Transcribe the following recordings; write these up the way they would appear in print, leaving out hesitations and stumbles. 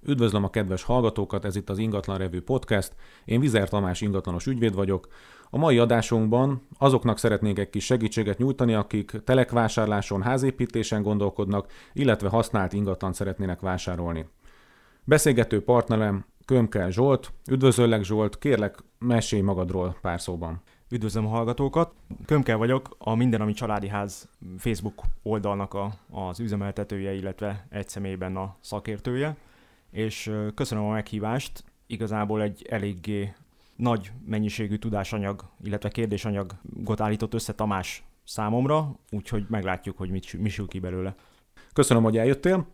Üdvözlöm a kedves hallgatókat, ez itt az Ingatlan Review Podcast. Én Vizer Tamás ingatlanos ügyvéd vagyok. A mai adásunkban azoknak szeretnék egy kis segítséget nyújtani, akik telekvásárláson, házépítésen gondolkodnak, illetve használt ingatlant szeretnének vásárolni. Beszélgető partnerem Kömkel Zsolt. Üdvözöllek Zsolt, kérlek mesélj magadról pár szóban. Üdvözlöm a hallgatókat! Kömkel vagyok, a Minden, ami családi ház Facebook oldalnak az üzemeltetője, illetve egy személyben a szakértője. És köszönöm a meghívást, igazából egy eléggé nagy mennyiségű tudásanyag, illetve kérdésanyagot állított össze Tamás számomra, úgyhogy meglátjuk, hogy mi sül ki belőle. Köszönöm, hogy eljöttél.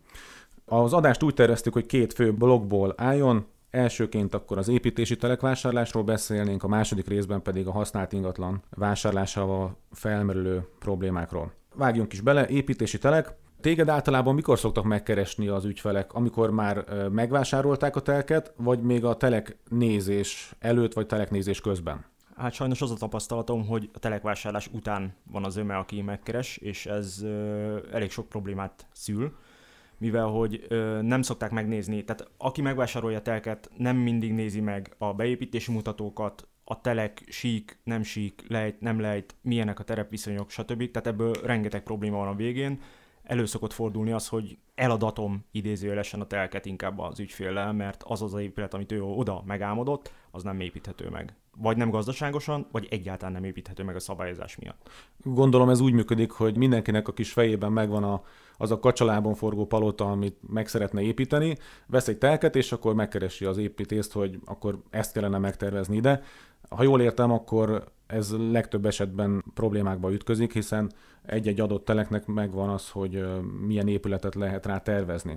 Az adást úgy terveztük, hogy két fő blogból álljon. Elsőként akkor az építési telekvásárlásról beszélnénk, a második részben pedig a használt ingatlan vásárlásával felmerülő problémákról. Vágjunk is bele, építési telek. Téged általában mikor szoktak megkeresni az ügyfelek? Amikor már megvásárolták a telket, vagy még a teleknézés előtt, vagy teleknézés közben? Hát sajnos az a tapasztalatom, hogy a telekvásárlás után van az öme, aki megkeres, és ez elég sok problémát szül, mivel hogy nem szokták megnézni, tehát aki megvásárolja a telket, nem mindig nézi meg a beépítési mutatókat, a telek sík, nem sík, lejt, nem lejt, milyenek a terepviszonyok, stb. Tehát ebből rengeteg probléma van a végén. Elő szokott fordulni az, hogy eladatom idézőjelesen a telket inkább az ügyféllel, mert az az épület, amit ő oda megálmodott, az nem építhető meg. Vagy nem gazdaságosan, vagy egyáltalán nem építhető meg a szabályozás miatt. Gondolom ez úgy működik, hogy mindenkinek a kis fejében megvan az a kacsalában forgó palota, amit meg szeretne építeni, vesz egy telket, és akkor megkeresi az építést, hogy akkor ezt kellene megtervezni ide. Ha jól értem, akkor ez legtöbb esetben problémákba ütközik, hiszen egy-egy adott teleknek megvan az, hogy milyen épületet lehet rá tervezni.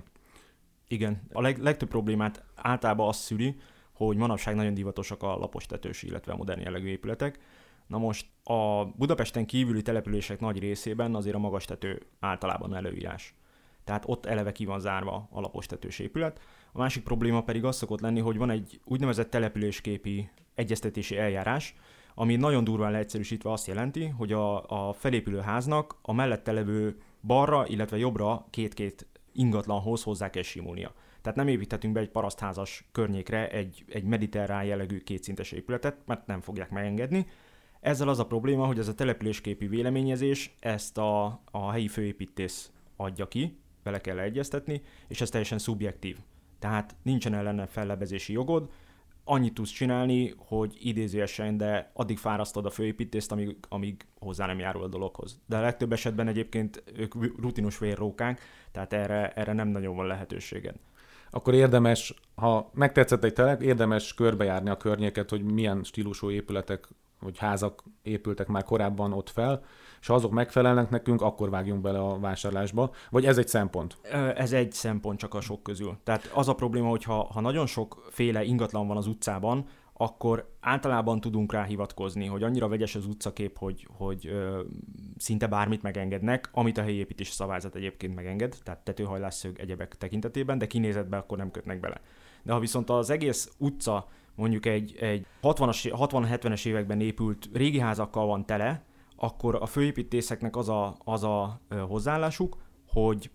Igen, a legtöbb problémát általában az szüli, hogy manapság nagyon divatosak a lapos tetős, illetve a modern jellegű épületek. Na most a Budapesten kívüli települések nagy részében azért a magas tető általában előírás. Tehát ott eleve ki van zárva a lapos tetős épület. A másik probléma pedig az szokott lenni, hogy van egy úgynevezett településképi egyeztetési eljárás, ami nagyon durván leegyszerűsítve azt jelenti, hogy a felépülő háznak a mellette levő balra, illetve jobbra két-két ingatlanhoz hozzá kell simulnia. Tehát nem építhetünk be egy parasztházas környékre egy mediterrán jellegű kétszintes épületet, mert nem fogják megengedni. Ezzel az a probléma, hogy ez a településképi véleményezés ezt a helyi főépítész adja ki, vele kell egyeztetni, és ez teljesen szubjektív. Tehát nincsen ellene fellebezési jogod, annyit tudsz csinálni, hogy idézőjesen, de addig fárasztod a főépítést, amíg hozzá nem járul a dologhoz. De a legtöbb esetben egyébként ők rutinos vérrókák, tehát erre nem nagyon van lehetőséged. Akkor érdemes, ha megtetszett egy telek, érdemes körbejárni a környéket, hogy milyen stílusú épületek vagy házak épültek már korábban ott fel, és ha azok megfelelnek nekünk, akkor vágjunk bele a vásárlásba. Vagy ez egy szempont? Ez egy szempont csak a sok közül. Tehát az a probléma, hogy ha nagyon sokféle ingatlan van az utcában, akkor általában tudunk rá hivatkozni, hogy annyira vegyes az utcakép, hogy szinte bármit megengednek, amit a helyi építési szabályzat egyébként megenged, tehát tetőhajlásszög, egyebek tekintetében, de kinézetbe akkor nem kötnek bele. De ha viszont az egész utca mondjuk egy 60-70-es években épült régi házakkal van tele, akkor a főépítészeknek az a hozzáállásuk, hogy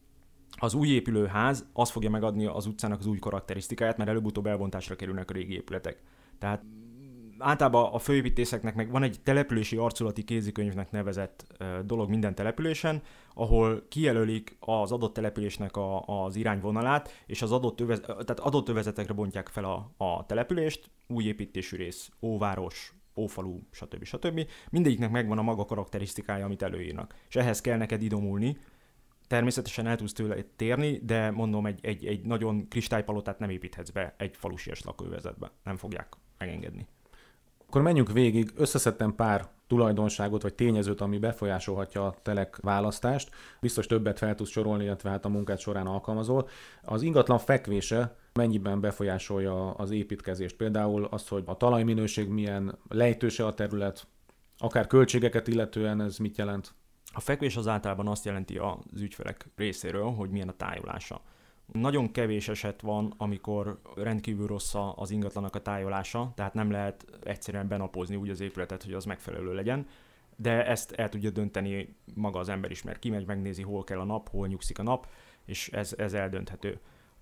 az új épülő ház az fogja megadni az utcának az új karakterisztikáját, mert előbb-utóbb elbontásra kerülnek a régi épületek. Tehát általában a főépítészeknek meg van egy települési arculati kézikönyvnek nevezett dolog minden településen, ahol kijelölik az adott településnek az irányvonalát, és az adott övezetekre bontják fel a települést, új építésű rész, óváros, ófalu, stb. Mindegyiknek megvan a maga karakterisztikája, amit előírnak. És ehhez kell neked idomulni. Természetesen el tudsz tőle térni, de mondom, egy nagyon kristálypalotát nem építhetsz be egy falusias lakóövezetbe. Nem fogják megengedni. Akkor menjünk végig, összeszedtem pár tulajdonságot vagy tényezőt, ami befolyásolhatja a telek választást. Biztos többet fel tudsz sorolni, illetve hát a munkád során alkalmazol. Az ingatlan fekvése mennyiben befolyásolja az építkezést? Például az, hogy a talajminőség milyen, lejtőse a terület, akár költségeket illetően ez mit jelent? A fekvés az általában azt jelenti az ügyfelek részéről, hogy milyen a tájolása. Nagyon kevés eset van, amikor rendkívül rossz az ingatlanak a tájolása, tehát nem lehet egyszerűen benapozni úgy az épületet, hogy az megfelelő legyen, de ezt el tudja dönteni maga az ember is, mert kimegy, megnézi, hol kell a nap, hol nyugszik a nap, és ez eldönthető.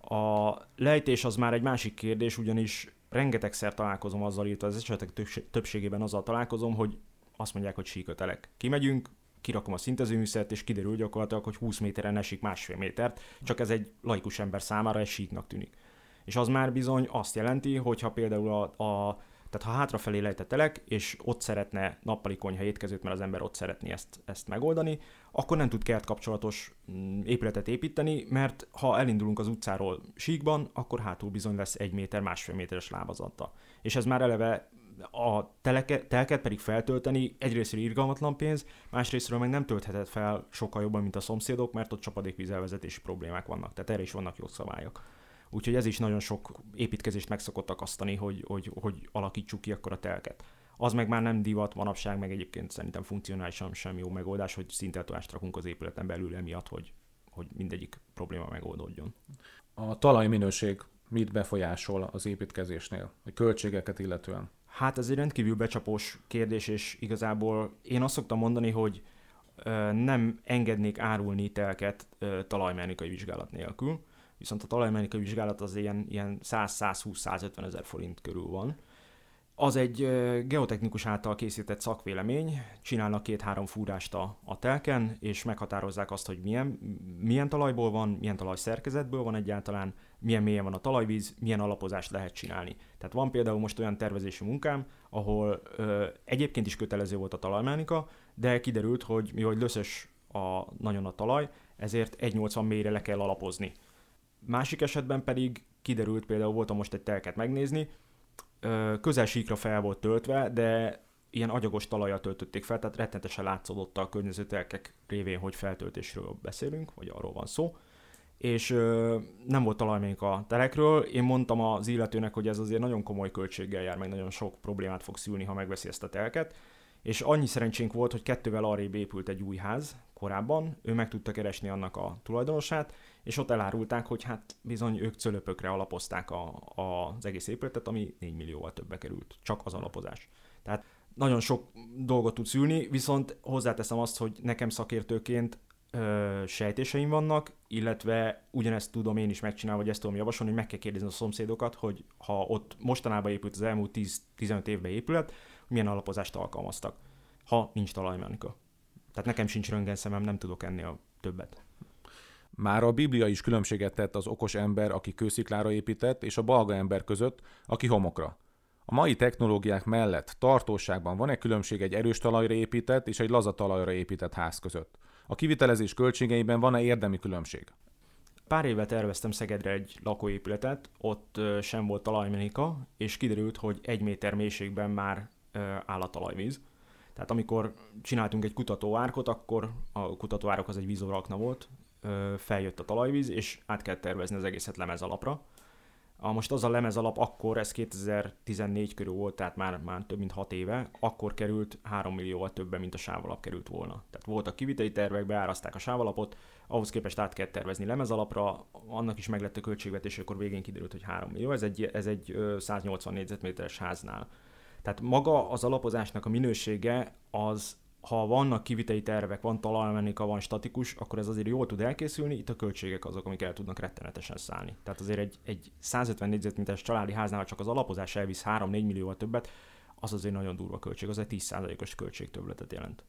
A lejtés az már egy másik kérdés, ugyanis rengetegszer találkozom azzal, illetve az esetek többségében azzal találkozom, hogy azt mondják, hogy síkötelek. Kimegyünk, kirakom a szintezőműszert, és kiderül gyakorlatilag, hogy 20 méteren esik 1,5 métert, csak ez egy laikus ember számára egy síknak tűnik. És az már bizony azt jelenti, hogyha például tehát ha hátrafelé lejtetelek, és ott szeretne nappali konyha étkezőt, mert az ember ott szeretné ezt megoldani, akkor nem tud kertkapcsolatos épületet építeni, mert ha elindulunk az utcáról síkban, akkor hátul bizony lesz 1 méter, 1,5 méteres lábazata. És ez már eleve a telket pedig feltölteni egyrésztről irgalmatlan pénz, másrésztről meg nem töltheted fel sokkal jobban, mint a szomszédok, mert ott csapadékvízelvezetési problémák vannak, tehát erre is vannak jogszabályok. Úgyhogy ez is nagyon sok építkezést meg szokott akasztani, hogy alakítsuk ki akkor a telket. Az meg már nem divat manapság, meg egyébként szerintem funkcionálisan sem jó megoldás, hogy szinteltolást rakunk az épületen belül emiatt, hogy mindegyik probléma megoldódjon. A talajminőség mit befolyásol az építkezésnél, a költségeket illetően? Hát ez egy rendkívül becsapós kérdés, és igazából én azt szoktam mondani, hogy nem engednék árulni telket talajmechanikai vizsgálat nélkül, viszont a talajmechanikai vizsgálat az ilyen 100-120-150 ezer forint körül van. Az egy geotechnikus által készített szakvélemény, csinálnak 2-3 fúrást a telken, és meghatározzák azt, hogy milyen talajból van, milyen talajszerkezetből van egyáltalán, milyen mélyen van a talajvíz, milyen alapozást lehet csinálni. Tehát van például most olyan tervezési munkám, ahol egyébként is kötelező volt a talajmechanika, de kiderült, hogy mivel löszös nagyon a talaj, ezért 1,80 mélyre le kell alapozni. Másik esetben pedig kiderült, például voltam most egy telket megnézni, közel síkra fel volt töltve, de ilyen agyagos talajjal töltötték fel, tehát rettenetesen látszódott a környező telkek révén, hogy feltöltésről beszélünk, vagy arról van szó. És nem volt talajmechanika a telekről. Én mondtam az illetőnek, hogy ez azért nagyon komoly költséggel jár, meg nagyon sok problémát fog szülni, ha megveszi ezt a telket. És annyi szerencsénk volt, hogy 2-vel arrébb épült egy új ház korábban, ő meg tudta keresni annak a tulajdonosát, és ott elárulták, hogy hát bizony ők cölöpökre alapozták az egész épületet, ami 4 millióval többbe került, csak az alapozás. Tehát nagyon sok dolgot tud szülni, viszont hozzáteszem azt, hogy nekem szakértőként sejtéseim vannak, illetve ugyanezt tudom én is megcsinálni, vagy ezt tudom javasolni, hogy meg kell kérdezni a szomszédokat, hogy ha ott mostanában épült az elmúlt 10-15 évben épület, milyen alapozást alkalmaztak, ha nincs talajmechanika. Tehát nekem sincs röntgenszemem, nem tudok ennél többet. Már a Biblia is különbséget tett az okos ember, aki kősziklára épített, és a balga ember között, aki homokra. A mai technológiák mellett tartóságban van-e különbség egy erős talajra épített és egy laza talajra épített ház között? A kivitelezés költségeiben van-e érdemi különbség? Pár éve terveztem Szegedre egy lakóépületet, ott sem volt talajmechanika, és kiderült, hogy 1 méter mélységben már áll a talajvíz. Tehát amikor csináltunk egy kutatóárkot, akkor a kutatóárok az egy vízorakna volt, feljött a talajvíz, és át kell tervezni az egészet lemezalapra. Most az a lemezalap akkor, ez 2014 körül volt, tehát már több mint 6 éve, akkor került 3 millióval többen, mint a sávalap került volna. Tehát voltak kiviteli tervek, beáraszták a sávalapot, ahhoz képest át kell tervezni lemezalapra, annak is meglett a költségvetés, akkor végén kiderült, hogy 3 millió, ez egy 180 négyzetméteres háznál. Tehát maga az alapozásnak a minősége az, ha vannak kiviteli tervek, van talajmechanika, van statikus, akkor ez azért jól tud elkészülni, itt a költségek azok, amik el tudnak rettenetesen szállni. Tehát azért egy 150 négyzetméteres családi háznál csak az alapozás elvisz 3-4 millióval többet, az azért nagyon durva költség, az egy 10%-os költségtöbbletet jelent.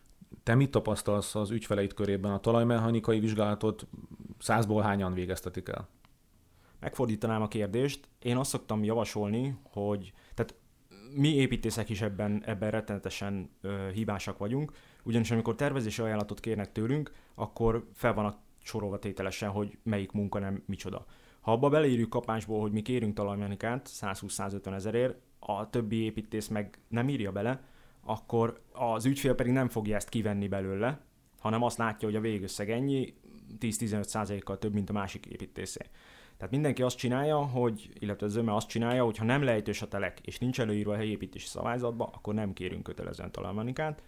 Te mit tapasztalsz az ügyfeleid körében? A talajmechanikai vizsgálatot 100-ból hányan végeztetik el? Megfordítanám a kérdést. Én azt szoktam javasolni, hogy tehát mi építészek is ebben rettenetesen hibásak vagyunk, ugyanis amikor tervezési ajánlatot kérnek tőlünk, akkor fel vannak sorolva tételesen, hogy melyik munka nem micsoda. Ha abba beleírjuk kapásból, hogy mi kérünk talajmechanikát 120-150 ezerért, a többi építész meg nem írja bele, akkor az ügyfél pedig nem fogja ezt kivenni belőle, hanem azt látja, hogy a végösszeg ennyi, 10-15%-kal több, mint a másik építészé. Tehát mindenki azt csinálja, illetve az zöme azt csinálja, hogy ha nem lejtős a telek, és nincs előírva a helyi építési szabályzatba, akkor nem kérünk kötelezően talajmechanikát.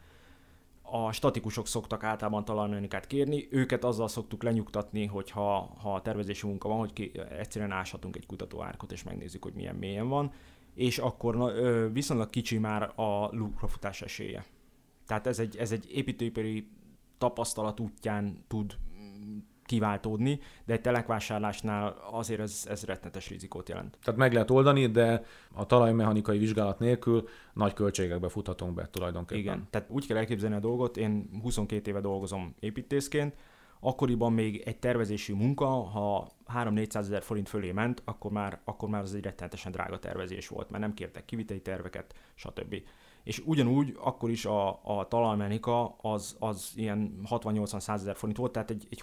A statikusok szoktak általában talajmechanikát kérni, őket azzal szoktuk lenyugtatni, hogy ha tervezési munka van, hogy egyszerűen áshatunk egy kutatóárkot, és megnézzük, hogy milyen mélyen van, és akkor viszonylag kicsi már a lukrafutás esélye. Tehát ez egy építőipari tapasztalat útján tud kiváltódni, de egy telekvásárlásnál azért ez rettenetes rizikót jelent. Tehát meg lehet oldani, de a talajmechanikai vizsgálat nélkül nagy költségekbe futhatunk be tulajdonképpen. Igen, tehát úgy kell elképzelni a dolgot, én 22 éve dolgozom építészként, akkoriban még egy tervezési munka, ha 3-400 ezer forint fölé ment, akkor már az egy rettenetesen drága tervezés volt, mert nem kértek kiviteli terveket, stb. És ugyanúgy akkor is a talajmechanika az ilyen 60-80-100 ezer forint volt, tehát egy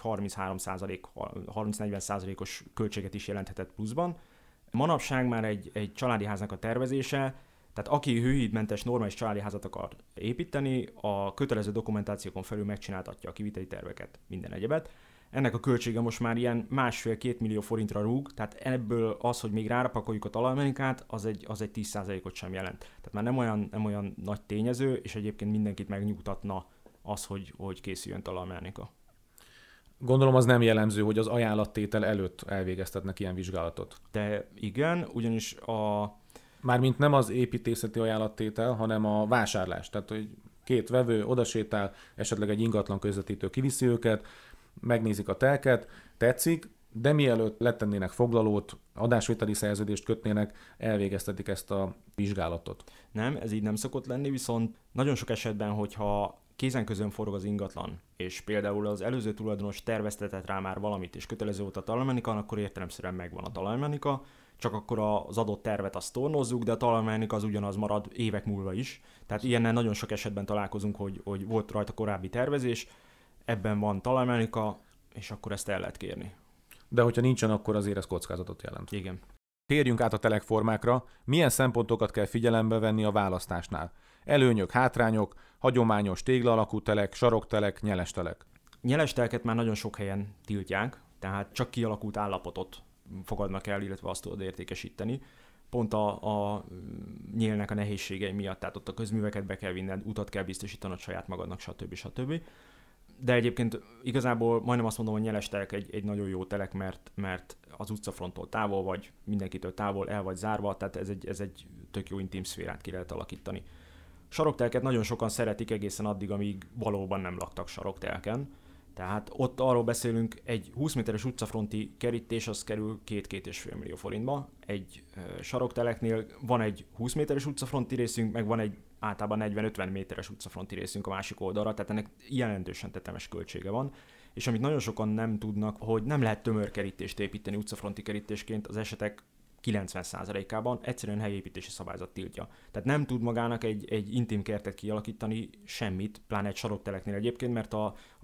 30-40%-os költséget is jelenthetett pluszban. Manapság már egy családi háznak a tervezése, tehát aki hőhídmentes normális családi házat akar építeni, a kötelező dokumentációkon felül megcsináltatja a kiviteli terveket, minden egyebet. Ennek a költsége most már ilyen 1,5-2 millió forintra rúg, tehát ebből az, hogy még rárapakoljuk a talajmechanikát, az egy 10%-ot sem jelent. Tehát már nem olyan nagy tényező, és egyébként mindenkit megnyugtatna az, hogy készüljön talajmechanika. Gondolom az nem jellemző, hogy az ajánlattétel előtt elvégeztetnek ilyen vizsgálatot. De igen, ugyanis Mármint nem az építészeti ajánlattétel, hanem a vásárlás. Tehát, hogy két vevő odasétál, esetleg egy ingatlan közvetítő kiviszi őket, megnézik a telket, tetszik, de mielőtt letennének foglalót, adásvételi szerződést kötnének, elvégeztetik ezt a vizsgálatot. Nem, ez így nem szokott lenni, viszont nagyon sok esetben, hogyha kézen közön forog az ingatlan, és például az előző tulajdonos terveztetett rá már valamit, és kötelező volt a talajmechanika, akkor értelemszerűen megvan a talajmechanika, csak akkor az adott tervet azt tornozzuk, de a talajmechanika az ugyanaz marad évek múlva is. Tehát ilyennel nagyon sok esetben találkozunk, hogy volt rajta korábbi tervezés, ebben van talajmechanika, és akkor ezt el lehet kérni. De hogyha nincsen, akkor azért ez kockázatot jelent. Igen. Térjünk át a telekformákra. Milyen szempontokat kell figyelembe venni a választásnál? Előnyök, hátrányok, hagyományos tégla alakú telek, saroktelek, nyeles telek. Nyeles teleket már nagyon sok helyen tiltják, tehát csak kialakult állapotot fogadnak el, illetve azt tudod értékesíteni. Pont a nyílnek a nehézségei miatt, tehát ott a közműveket be kell vinned, utat kell biztosítanod saját magadnak, stb. De egyébként igazából majdnem azt mondom, hogy nyeles telek egy nagyon jó telek, mert az utcafronttól távol vagy, mindenkitől távol, el vagy zárva, tehát ez egy tök jó intim szférát ki lehet alakítani. Saroktelket nagyon sokan szeretik egészen addig, amíg valóban nem laktak saroktelken. Tehát ott arról beszélünk, egy 20 méteres utcafronti kerítés az kerül 2-2,5 millió forintba. Egy sarokteleknél van egy 20 méteres utcafronti részünk, meg van egy általában 40-50 méteres utcafronti részünk a másik oldalra, tehát ennek jelentősen tetemes költsége van. És amit nagyon sokan nem tudnak, hogy nem lehet tömörkerítést építeni utcafronti kerítésként, az esetek 90%-ában egyszerűen helyépítési szabályzat tiltja. Tehát nem tud magának egy intim kertet kialakítani semmit, pláne egy sarokteleknél egyébként, mert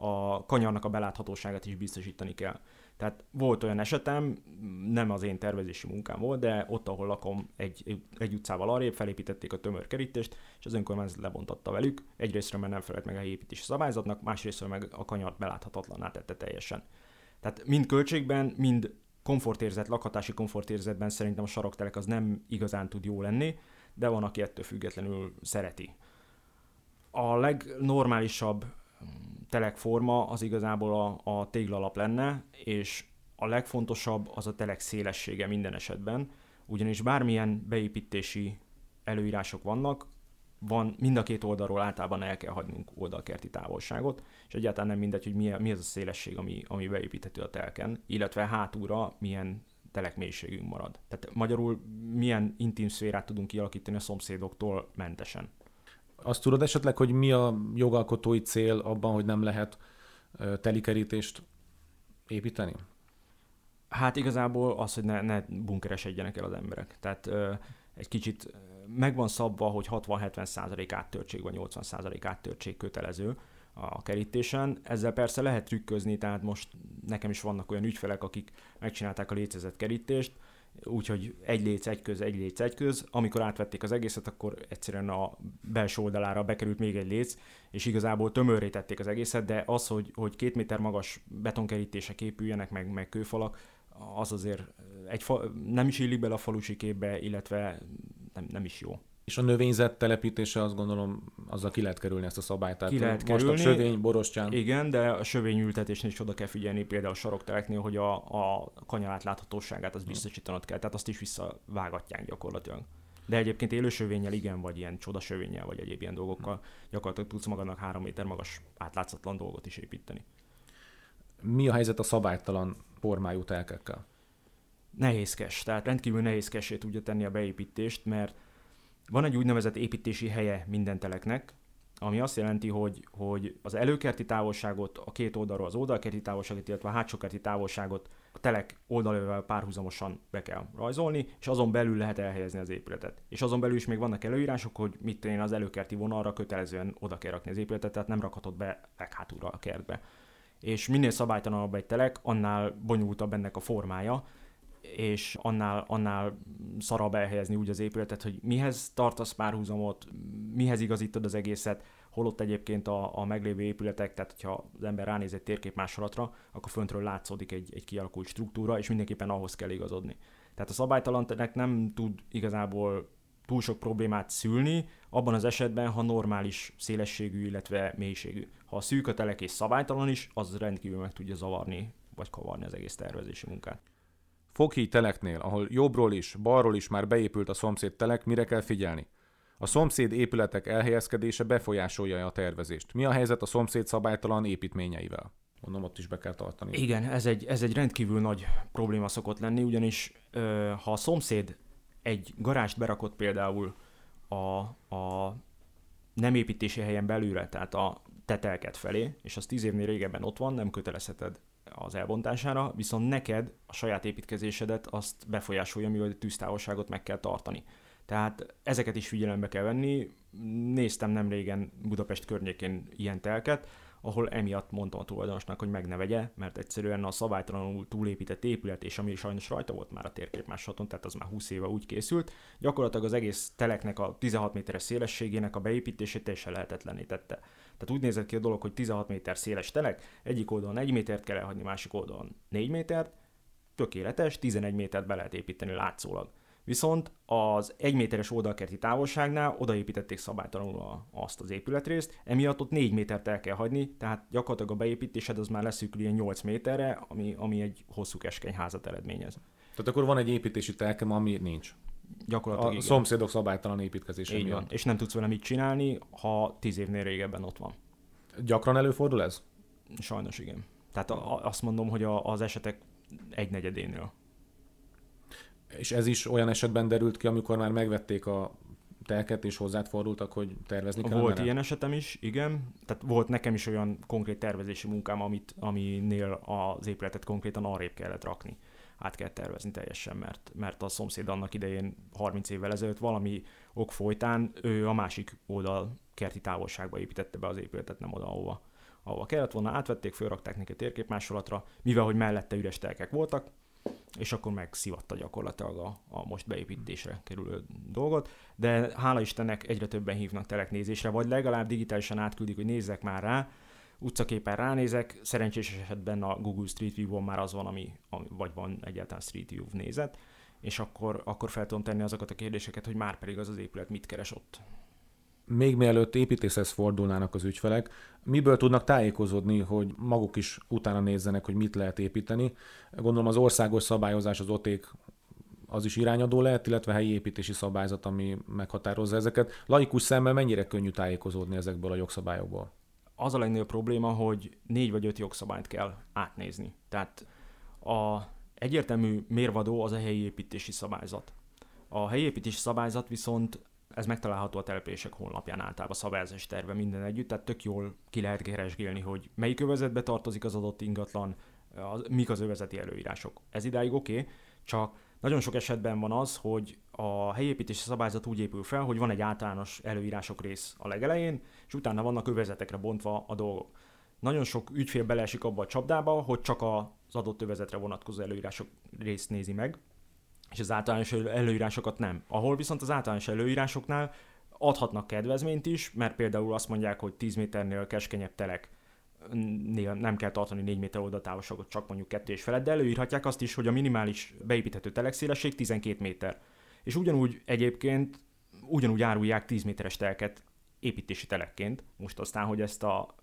a kanyarnak a beláthatóságát is biztosítani kell. Tehát volt olyan esetem, nem az én tervezési munkám volt, de ott, ahol lakom, egy utcával arrébb felépítették a tömörkerítést, és az önkormányzat lebontatta velük. Egyrésztről mert nem felelt meg a helyépítési szabályzatnak, másrésztről meg a kanyart beláthatatlanná tette teljesen. Tehát mind költségben, mind komfortérzet, lakhatási komfortérzetben szerintem a saroktelek az nem igazán tud jó lenni, de van, aki ettől függetlenül szereti. A legnormálisabb telekforma az igazából a téglalap lenne, és a legfontosabb az a telek szélessége minden esetben, ugyanis bármilyen beépítési előírások vannak, mind a két oldalról általában el kell hagynunk oldalkerti távolságot, és egyáltalán nem mindegy, hogy mi az a szélesség, ami beépíthető a telken, illetve hátulra milyen telekmélységünk marad. Tehát magyarul milyen intim szférát tudunk kialakítani a szomszédoktól mentesen. Azt tudod esetleg, hogy mi a jogalkotói cél abban, hogy nem lehet telikerítést építeni? Hát igazából az, hogy ne bunkeresedjenek el az emberek. Tehát egy kicsit meg van szabva, hogy 60-70% áttörtség vagy 80% áttörtség kötelező a kerítésen. Ezzel persze lehet trükközni, tehát most nekem is vannak olyan ügyfelek, akik megcsinálták a lécezett kerítést, úgyhogy egy léc, egy köz. Amikor átvették az egészet, akkor egyszerűen a belső oldalára bekerült még egy léc, és igazából tömörré tették az egészet, de az, hogy 2 méter magas betonkerítések épüljenek, meg kőfalak, az azért nem is illik bele a falusi képbe, illetve nem is jó. És a növényzet telepítése, azt gondolom, azzal ki lehet kerülni ezt a szabályt. Ki lehet kerülni. Sövény, borostyán. Igen, de a sövényültetésnél is oda kell figyelni, például a sarokteleknél, hogy a kanyar átláthatóságát azt biztosítanod kell, tehát azt is visszavágatják gyakorlatilag. De egyébként élő sövénnyel igen, vagy ilyen csodasövénnyel, vagy egyéb ilyen dolgokkal gyakorlatilag tudsz magadnak 3 méter magas átlátszatlan dolgot is építeni. Mi a helyzet a szabálytalan formájú telkekkel? Nehézkes, tehát rendkívül nehézkessé tudja tenni a beépítést, mert van egy úgynevezett építési helye minden teleknek, ami azt jelenti, hogy az előkerti távolságot, a két oldalról az oldalkerti távolságot, illetve a hátsókerti távolságot a telek oldalával párhuzamosan be kell rajzolni, és azon belül lehet elhelyezni az épületet. És azon belül is még vannak előírások, hogy mit tenni az előkerti vonalra kötelezően oda kell rakni az épületet, tehát nem rakhatod be leghátulra a kertbe. És minél szabálytalanabb egy telek, annál bonyolultabb ennek a formája, és annál szarabb elhelyezni úgy az épületet, hogy mihez tartasz párhuzamot, mihez igazítod az egészet, holott egyébként a meglévő épületek, tehát hogyha az ember ránéz egy térképmásolatra, akkor föntről látszódik egy kialakult struktúra, és mindenképpen ahhoz kell igazodni. Tehát a szabálytalan telek nem tud igazából túl sok problémát szülni, abban az esetben, ha normális szélességű, illetve mélységű. Ha a szűk a telek és szabálytalan is, az rendkívül meg tudja zavarni, vagy kavarni az egész tervezési munkát. Foghíj teleknél, ahol jobbról is, balról is már beépült a szomszéd telek, mire kell figyelni? A szomszéd épületek elhelyezkedése befolyásolja a tervezést. Mi a helyzet a szomszéd szabálytalan építményeivel? Mondom, ott is be kell tartani. Igen, ez egy rendkívül nagy probléma szokott lenni, ugyanis ha a szomszéd egy garást berakott például a nem építési helyen belülre, tehát a tetelket felé, és az 10 évnél régebben ott van, nem kötelezheted az elbontására, viszont neked a saját építkezésedet azt befolyásolja, mivel a tűztávolságot meg kell tartani. Tehát ezeket is figyelembe kell venni. Néztem nemrégen Budapest környékén ilyen telket, ahol emiatt mondtam a tulajdonosnak, hogy meg ne vegye, mert egyszerűen a szabálytalanul túlépített épület, és ami sajnos rajta volt már a térképmásolaton, tehát az már 20 éve úgy készült, gyakorlatilag az egész teleknek a 16 méteres szélességének a beépítését teljesen lehetetlenné tette. Tehát úgy nézett ki a dolog, hogy 16 méter széles telek, egyik oldalon 1 métert kell elhagyni, másik oldalon 4 métert, tökéletes, 11 métert be lehet építeni látszólag. Viszont az 1 méteres oldalkerti távolságnál odaépítették szabálytalanul azt az épületrészt, emiatt ott 4 métert el kell hagyni, tehát gyakorlatilag a beépítésed az már leszűkül ilyen 8 méterre, ami egy hosszú keskeny házat eredményez. Tehát akkor van egy építési telkem, ami nincs. Gyakorlatilag a igen. Szomszédok szabálytalan építkezése miatt. Van. És nem tudsz vele mit csinálni, ha 10 évnél régebben ott van. Gyakran előfordul ez? Sajnos igen. Tehát azt mondom, hogy az esetek 1/4-énél. És ez is olyan esetben derült ki, amikor már megvették a telket és hozzád fordultak, hogy tervezni kell? Volt ilyen esetem is, igen. Tehát volt nekem is olyan konkrét tervezési munkám, aminél az épületet konkrétan arrébb kellett rakni. Át kell tervezni teljesen, mert a szomszéd annak idején 30 évvel ezelőtt valami ok folytán ő a másik oldal kerti távolságba építette be az épületet, nem oda, ahova kellett volna. Átvették, fölrakták neki térképmásolatra, mivel hogy mellette üres telkek voltak, és akkor megszivatta gyakorlatilag a most beépítésre kerülő dolgot, de hála Istennek egyre többen hívnak teleknézésre, vagy legalább digitálisan átküldik, hogy nézzek már rá, utcaképen ránézek, szerencsés esetben a Google Street View-on már az van, vagy van egyáltalán Street View nézet, és akkor fel tudom tenni azokat a kérdéseket, hogy már pedig az épület mit keres ott. Még mielőtt építészhez fordulnának az ügyfelek, miből tudnak tájékozódni, hogy maguk is utána nézzenek, hogy mit lehet építeni? Gondolom az országos szabályozás, az OTÉK az is irányadó lehet, illetve helyi építési szabályzat, ami meghatározza ezeket. Laikus szemmel mennyire könnyű tájékozódni ezekből a jogszabályokból? Az a legnagyobb probléma, hogy 4 vagy 5 jogszabályt kell átnézni. Tehát a egyértelmű mérvadó az a helyi építési szabályzat. A helyi építési szabályzat viszont ez megtalálható a települések honlapján általában szabályozási terve minden együtt, tehát tök jól ki lehet keresgélni, hogy melyik övezetbe tartozik az adott ingatlan, mik az övezeti előírások. Ez idáig oké, csak nagyon sok esetben van az, hogy a helyi építési szabályzat úgy épül fel, hogy van egy általános előírások rész a legelején, és utána vannak övezetekre bontva a dolgok. Nagyon sok ügyfél beleesik abba a csapdába, hogy csak az adott övezetre vonatkozó előírások részt nézi meg, és az általános előírásokat nem. Ahol viszont az általános előírásoknál adhatnak kedvezményt is, mert például azt mondják, hogy 10 méternél keskenyebb teleknél nem kell tartani 4 méter oldaltávolságot, csak mondjuk 2,5 felett, de előírhatják azt is, hogy a minimális beépíthető telekszélesség 12 méter. És ugyanúgy egyébként árulják 10 méteres telket építési telekként. Most aztán, hogy ezt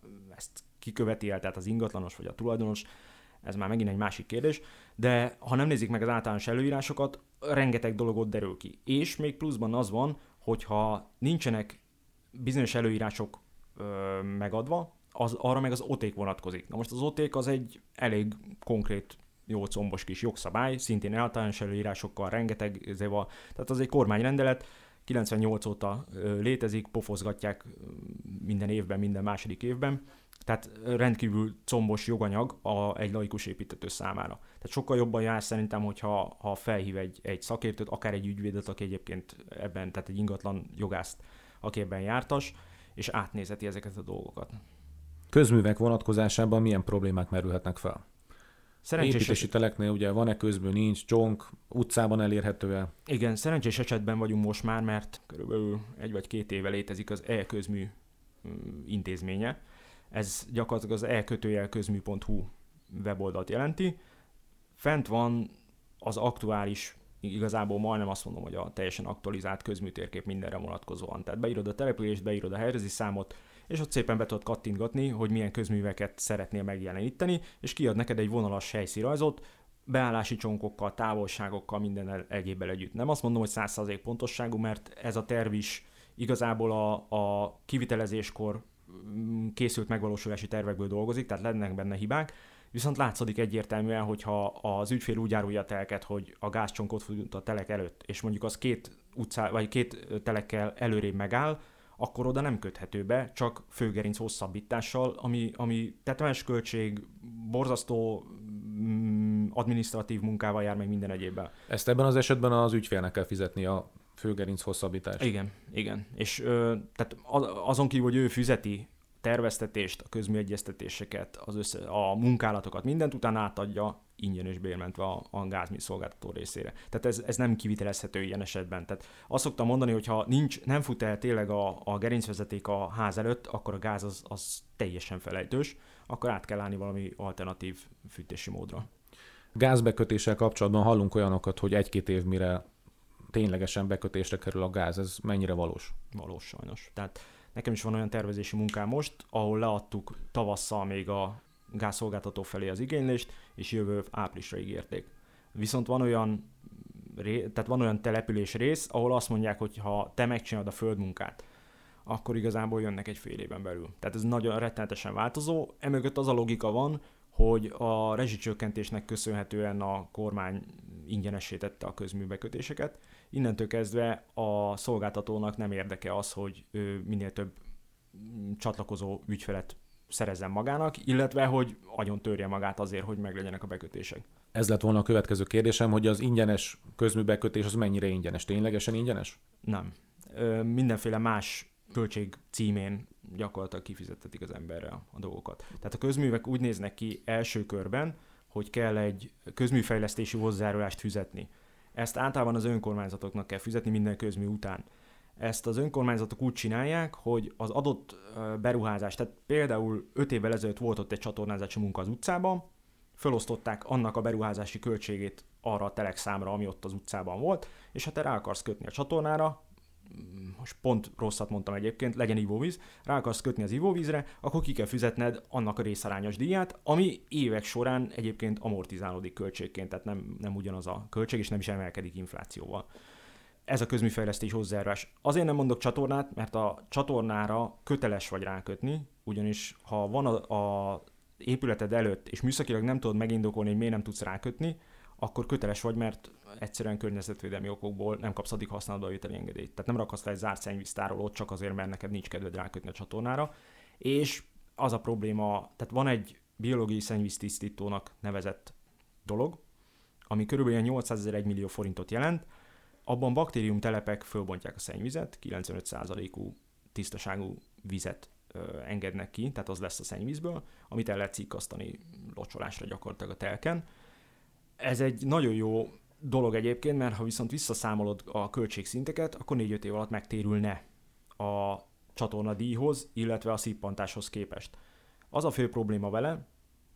kiköveti el, tehát az ingatlanos vagy a tulajdonos, ez már megint egy másik kérdés, de ha nem nézik meg az általános előírásokat, rengeteg dologot derül ki. És még pluszban az van, hogyha nincsenek bizonyos előírások megadva, arra meg az OTÉK vonatkozik. Na most az OTÉK az egy elég konkrét, jó combos kis jogszabály, szintén általános előírásokkal, rengeteg zeva, tehát az egy kormányrendelet, 98 óta létezik, pofozgatják minden évben, minden második évben, tehát rendkívül combos joganyag egy laikus építtető számára. Tehát sokkal jobban jár szerintem, hogyha felhív egy szakértőt, akár egy ügyvédet, aki egyébként ebben, tehát egy ingatlan jogászt, aki ebben jártas, és átnézheti ezeket a dolgokat. Közművek vonatkozásában milyen problémák merülhetnek fel? Építési teleknél ugye van-e közmű, nincs, csonk, utcában elérhető-e? Igen, szerencsés esetben vagyunk most már, mert körülbelül 1 vagy 2 éve létezik az e-közmű intézménye. Ez gyakorlatilag az e-közmű.hu weboldalt jelenti. Fent van az aktuális, igazából majdnem azt mondom, hogy a teljesen aktualizált közműtérkép mindenre vonatkozóan. Tehát beírod a települést, beírod a helyezési számot, és ott szépen be tudod kattintgatni, hogy milyen közműveket szeretnél megjeleníteni, és kiad neked egy vonalas helyszínrajzot, beállási csonkokkal, távolságokkal, minden egyébbel együtt. Nem azt mondom, hogy 100% pontosságú, mert ez a terv is igazából a kivitelezéskor készült megvalósulási tervekből dolgozik, tehát lennek benne hibák, viszont látszik egyértelműen, hogyha az ügyfél úgy árulja a teleket, hogy a gázcsonkot fut a telek előtt, és mondjuk az 2 telekkel előrébb megáll, akkor oda nem köthető be, csak főgerinc hosszabbítással, ami tetemes költség, borzasztó adminisztratív munkával jár, meg minden egyébben. Ezt ebben az esetben az ügyfélnek kell fizetni a főgerinc hosszabbítást. Igen. És tehát azon kívül, hogy ő fizeti terveztetést, a közműegyeztetéseket, a munkálatokat, mindent utána átadja ingyenes bérmentve a gázmű szolgáltató részére. Tehát ez nem kivitelezhető ilyen esetben. Tehát azt szoktam mondani, hogy ha nem fut el tényleg a gerincvezeték a ház előtt, akkor a gáz az teljesen felejtős, akkor át kell állni valami alternatív fűtési módra. Gázbekötéssel kapcsolatban hallunk olyanokat, hogy 1-2 év mire ténylegesen bekötésre kerül a gáz. Ez mennyire valós? Valós sajnos. Tehát nekem is van olyan tervezési munkám most, ahol leadtuk tavasszal még a gázszolgáltató felé az igénylést, és jövő áprilisra ígérték. Viszont van olyan település rész, ahol azt mondják, hogy ha te megcsinálod a földmunkát, akkor igazából jönnek egy fél éven belül. Tehát ez nagyon rettenetesen változó. Emögött az a logika van, hogy a rezsicsökkentésnek köszönhetően a kormány ingyenessé tette a közműbekötéseket. Innentől kezdve a szolgáltatónak nem érdeke az, hogy ő minél több csatlakozó ügyfelet szerezzen magának, illetve hogy agyon törje magát azért, hogy meglegyenek a bekötések. Ez lett volna a következő kérdésem, hogy az ingyenes közműbekötés az mennyire ingyenes? Ténylegesen ingyenes? Nem. Mindenféle más költség címén gyakorlatilag kifizettetik az emberre a dolgokat. Tehát a közművek úgy néznek ki első körben, hogy kell egy közműfejlesztési hozzájárulást fizetni. Ezt általában az önkormányzatoknak kell fizetni minden közmű után. Ezt az önkormányzatok úgy csinálják, hogy az adott beruházás, tehát például 5 évvel ezelőtt volt ott egy csatornázási munka az utcában, felosztották annak a beruházási költségét arra a telekszámra, ami ott az utcában volt, és ha te rá akarsz kötni a csatornára, most pont rosszat mondtam egyébként, legyen ivóvíz, rá akarsz kötni az ivóvízre, akkor ki kell fizetned annak a részarányos díját, ami évek során egyébként amortizálódik költségként, tehát nem ugyanaz a költség, és nem is emelkedik inflációval. Ez a közműfejlesztés hozzájárulás. Azért nem mondok csatornát, mert a csatornára köteles vagy rákötni, ugyanis ha van a épületed előtt, és műszakilag nem tudod megindokolni, hogy miért nem tudsz rákötni, akkor köteles vagy, mert egyszerűen környezetvédelmi okokból nem kapsz addig használatba vételi engedélyt. Tehát nem rakhatsz fel egy zárt szennyvíztárolót csak azért, mert neked nincs kedved rákötni a csatornára. És az a probléma, tehát van egy biológiai szennyvíztisztítónak nevezett dolog, ami körülbelül 800 000 1 millió forintot jelent. Abban baktériumtelepek fölbontják a szennyvizet, 95%-ú tisztaságú vizet engednek ki, tehát az lesz a szennyvízből, amit el lehet cikkasztani locsolásra gyakorlatilag a telken. Ez egy nagyon jó dolog egyébként, mert ha viszont visszaszámolod a költségszinteket, akkor 4-5 év alatt megtérülne a csatornadíjhoz, illetve a szippantáshoz képest. Az a fő probléma vele,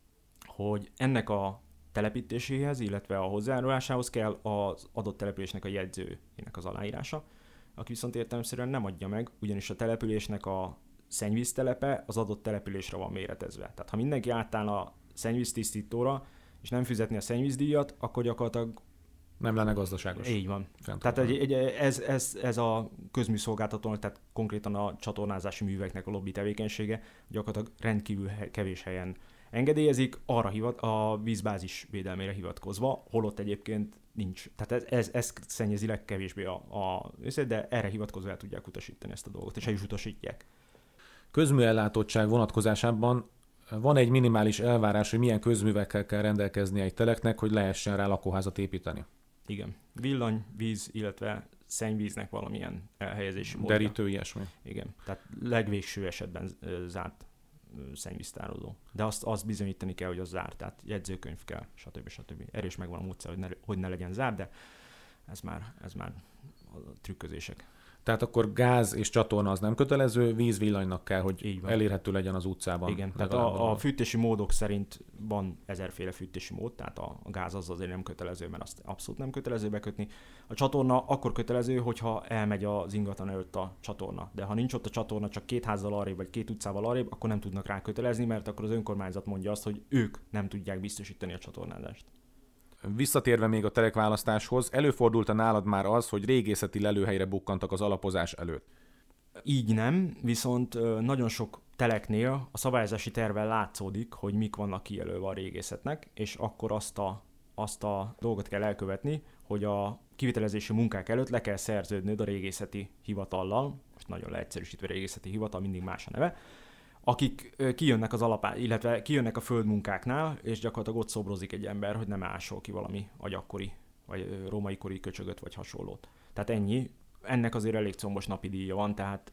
hogy ennek a telepítéséhez, illetve a hozzájárulásához kell az adott településnek a jegyzőjének az aláírása, aki viszont értelemszerűen nem adja meg, ugyanis a településnek a szennyvíztelepe az adott településre van méretezve. Tehát ha mindenki átáll a szennyvíztisztítóra, és nem fizetni a szennyvízdíjat, akkor gyakorlatilag Nem lenne gazdaságos. Így van. Tehát ez a közműszolgáltató, tehát konkrétan a csatornázási műveknek a lobby tevékenysége gyakorlatilag rendkívül kevés helyen engedélyezik, arra a vízbázis védelmére hivatkozva, holott egyébként nincs. Tehát ez szennyezi legkevésbé de erre hivatkozva el tudják utasítani ezt a dolgot, és el is utasítják. Közműellátottság vonatkozásában van egy minimális elvárás, hogy milyen közművekkel kell rendelkezni egy teleknek, hogy lehessen rá lakóházat építeni. Igen. Villany, víz, illetve szennyvíznek valamilyen elhelyezési módja. Derítő, ilyesmi. Igen. Tehát legvégső esetben zárt szennyvíztározó. De azt bizonyítani kell, hogy az zárt, tehát jegyzőkönyv kell, stb. Erre is megvan a módszer, hogy ne legyen zárt, de ez már a trükközések. Tehát akkor gáz és csatorna az nem kötelező, víz-villanynak kell, hogy elérhető legyen az utcában. Igen, tehát a fűtési módok szerint van 1000-féle fűtési mód, tehát a gáz az azért nem kötelező, mert azt abszolút nem kötelező bekötni. A csatorna akkor kötelező, hogyha elmegy az ingatlan előtt a csatorna. De ha nincs ott a csatorna, csak 2 házzal arrébb vagy 2 utcával arrébb, akkor nem tudnak rá kötelezni, mert akkor az önkormányzat mondja azt, hogy ők nem tudják biztosítani a csatornázást. Visszatérve még a telekválasztáshoz, előfordult-e nálad már az, hogy régészeti lelőhelyre bukkantak az alapozás előtt? Így nem, viszont nagyon sok teleknél a szabályozási tervvel látszódik, hogy mik vannak kijelölve a régészetnek, és akkor azt a dolgot kell elkövetni, hogy a kivitelezési munkák előtt le kell szerződnöd a régészeti hivatallal, most nagyon leegyszerűsítve régészeti hivatal, mindig más a neve, akik kijönnek illetve kijönnek a földmunkáknál, és gyakorlatilag ott szobrozik egy ember, hogy nem ásol ki valami agyakkori, vagy római kori köcsögöt, vagy hasonlót. Tehát ennyi. Ennek azért elég combos napi díja van, tehát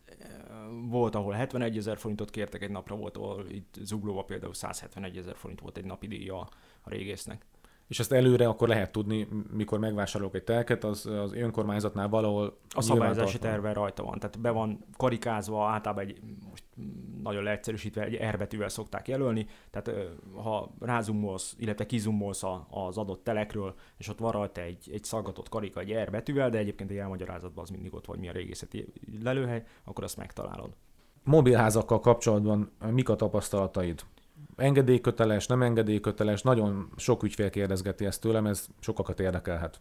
volt, ahol 71 000 forintot kértek egy napra, volt, ahol itt Zuglóban például 171 000 forint volt egy napi díja a régésznek. És ezt előre akkor lehet tudni, mikor megvásárolok egy telket, az önkormányzatnál valahol a szabályozási tervvel rajta van. Tehát be van karikázva, általában most nagyon leegyszerűsítve egy R betűvel szokták jelölni, tehát ha rázumolsz, illetve kizumolsz az adott telekről, és ott van rajta egy szaggatott karika egy R betűvel, de egyébként egy elmagyarázatban az mindig ott vagy, mi a régészeti lelőhely, akkor azt megtalálod. Mobilházakkal kapcsolatban mik a tapasztalataid? Engedélyköteles, nem engedélyköteles, nagyon sok ügyfél kérdezgeti ezt tőlem, ez sokakat érdekelhet.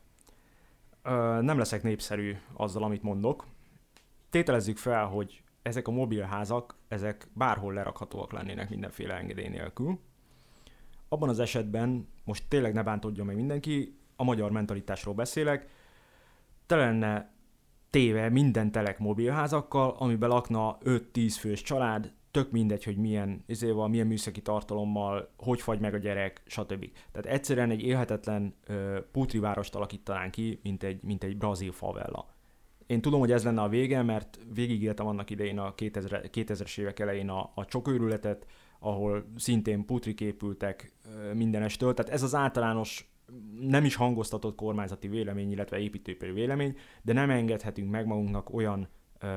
Nem leszek népszerű azzal, amit mondok. Tételezzük fel, hogy ezek a mobilházak, ezek bárhol lerakhatóak lennének mindenféle engedély nélkül. Abban az esetben, most tényleg ne bántódjon meg mindenki, a magyar mentalitásról beszélek, te lenne téve minden telek mobilházakkal, amiben lakna 5-10 fős család, tök mindegy, hogy milyen műszaki tartalommal, hogy fagy meg a gyerek, stb. Tehát egyszerűen egy élhetetlen putrivárost alakítanánk ki, mint egy brazil favela. Én tudom, hogy ez lenne a vége, mert végigéltem annak idején a 2000-es évek elején a csokőrületet, ahol szintén putrik épültek mindenestől. Tehát ez az általános, nem is hangoztatott kormányzati vélemény, illetve építőipari vélemény, de nem engedhetünk meg magunknak olyan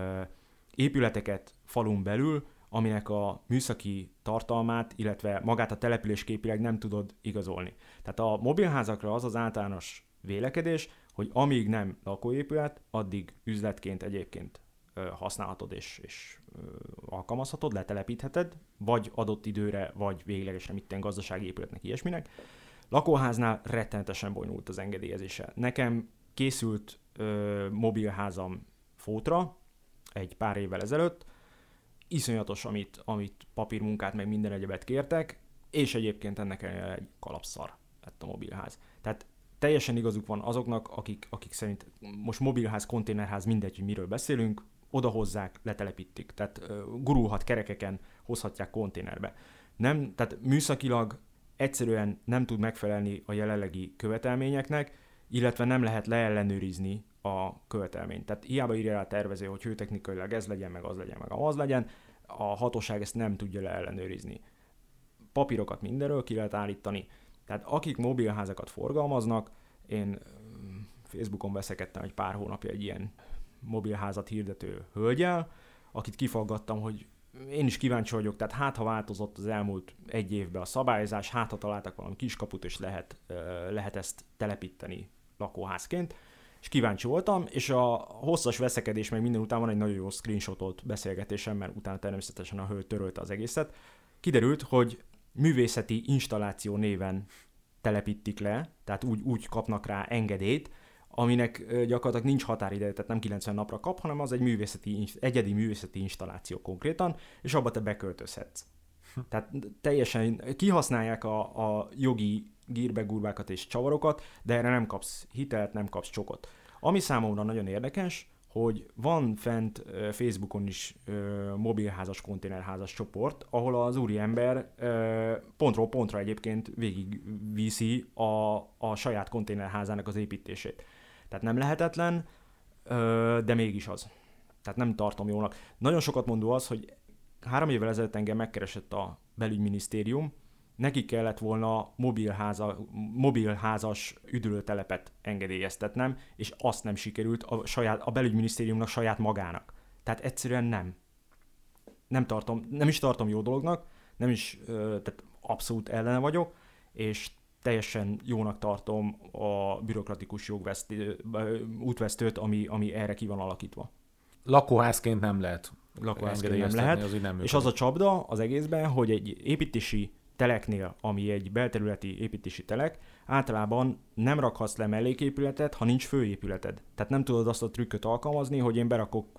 épületeket falun belül, aminek a műszaki tartalmát, illetve magát a településképileg nem tudod igazolni. Tehát a mobilházakra az általános vélekedés, hogy amíg nem lakóépület, addig üzletként egyébként használhatod és alkalmazhatod, letelepítheted, vagy adott időre, vagy véglegesen itten gazdasági épületnek, ilyesminek. Lakóháznál rettenetesen bonyolult az engedélyezése. Nekem készült mobilházam Fótra egy pár évvel ezelőtt, iszonyatos, amit papírmunkát, meg minden egyebet kértek, és egyébként ennek egy kalapszar lett a mobilház. Tehát teljesen igazuk van azoknak, akik szerint most mobilház, konténerház, mindegy, hogy miről beszélünk, odahozzák, letelepítik. Tehát gurulhat kerekeken, hozhatják konténerbe. Nem, tehát műszakilag egyszerűen nem tud megfelelni a jelenlegi követelményeknek, illetve nem lehet leellenőrizni a követelményt. Tehát hiába írja rá a tervező, hogy hőtechnikailag ez legyen, meg az legyen, meg az legyen, a hatóság ezt nem tudja leellenőrizni. Papírokat mindenről ki lehet állítani. Tehát akik mobilházakat forgalmaznak, én Facebookon veszekedtem egy pár hónapja egy ilyen mobilházat hirdető hölgyel, akit kifaggattam, hogy én is kíváncsi vagyok, tehát ha változott az elmúlt egy évben a szabályozás, ha találtak valami kiskaput, és lehet ezt telepíteni lakóházként, és kíváncsi voltam, és a hosszas veszekedés meg minden után van egy nagyon jó screenshotolt beszélgetésem, mert utána természetesen a hölgy törölte az egészet. Kiderült, hogy művészeti installáció néven telepítik le, tehát úgy kapnak rá engedélyt, aminek gyakorlatilag nincs határideje, tehát nem 90 napra kap, hanem az egy egyedi művészeti installáció konkrétan, és abba te beköltözhetsz. Tehát teljesen kihasználják a jogi gírbegúrbákat és csavarokat, de erre nem kapsz hitelt, nem kapsz csokot. Ami számomra nagyon érdekes, hogy van fent Facebookon is mobilházas, konténerházas csoport, ahol az úriember pontról pontra egyébként végigviszi a saját konténerházának az építését. Tehát nem lehetetlen, de mégis az. Tehát nem tartom jónak. Nagyon sokat mondó az, hogy 3 évvel ezelőtt engem megkeresett a belügyminisztérium, neki kellett volna mobilházas üdülőtelepet engedélyeztetnem, és azt nem sikerült a belügyminisztériumnak saját magának. Tehát egyszerűen nem is tartom jó dolognak, tehát abszolút ellene vagyok, és teljesen jónak tartom a bürokratikus útvesztőt, ami erre ki van alakítva. Lakóházként nem lehet. Nem lehet, és az a csapda az egészben, hogy egy építési teleknél, ami egy belterületi építési telek, általában nem rakhatsz le melléképületet, ha nincs főépületed. Tehát nem tudod azt a trükköt alkalmazni, hogy én berakok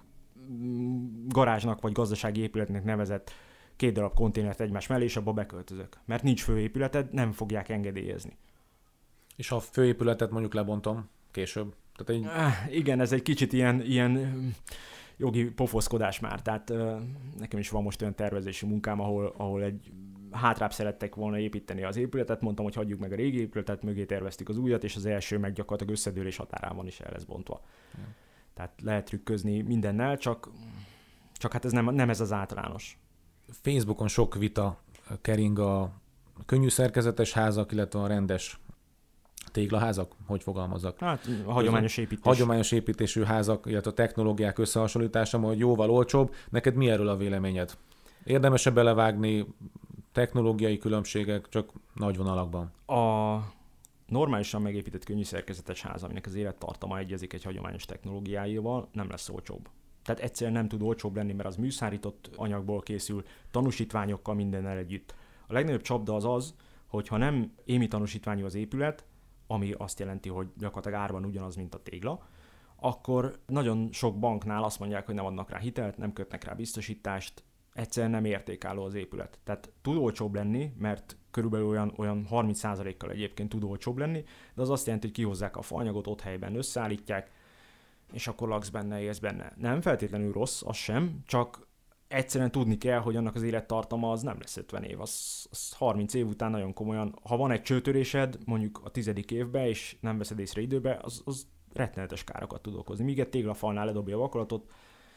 garázsnak vagy gazdasági épületnek nevezett 2 darab konténert egymás mellé, és abba beköltözök. Mert nincs főépületed, nem fogják engedélyezni. És ha a főépületet mondjuk lebontom később? Tehát igen, ez egy kicsit ilyen jogi pofoszkodás már. Tehát nekem is van most olyan tervezési munkám, ahol egy hátrább szerettek volna építeni az épületet, mondtam, hogy hagyjuk meg a régi épületet, mögé terveztük az újat, és az első meg gyakorlatilag összedőlés határában is el lesz bontva. Tehát lehet trükközni mindennel, csak hát ez nem ez az általános. Facebookon sok vita kering a könnyű szerkezetes házak, illetve a rendes téglaházak, hogy fogalmazzak? Hát a hagyományos építés. Hagyományos építésű házak, illetve a technológiák összehasonlítása, hogy jóval olcsóbb. Neked mi erről a véleményed? Érdemes-e belevágni, technológiai különbségek, csak nagy vonalakban? A normálisan megépített könnyű szerkezetes ház, aminek az élettartama egyezik egy hagyományos technológiáival, nem lesz olcsóbb. Tehát egyszerűen nem tud olcsóbb lenni, mert az műszárított anyagból készül, tanúsítványokkal mindennel együtt. A legnagyobb csapda az, hogyha nem émi tanúsítványú az épület, ami azt jelenti, hogy gyakorlatilag árban ugyanaz, mint a tégla, akkor nagyon sok banknál azt mondják, hogy nem adnak rá hitelt, nem kötnek rá biztosítást, egyszerűen nem értékálló az épület. Tehát tud olcsóbb lenni, mert körülbelül olyan 30%-kal egyébként tud olcsóbb lenni, de az azt jelenti, hogy kihozzák a faanyagot, ott helyben összeállítják, és akkor laksz benne, élsz benne. Nem feltétlenül rossz, az sem, csak egyszerűen tudni kell, hogy annak az élettartama az nem lesz 50 év, az 30 év után nagyon komolyan. Ha van egy csőtörésed, mondjuk a 10. évben, és nem veszed észre időbe, az rettenetes károkat tud okozni. Míg egy téglafalnál ledobja a vakolatot,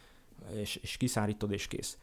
és kiszárítod, és kész.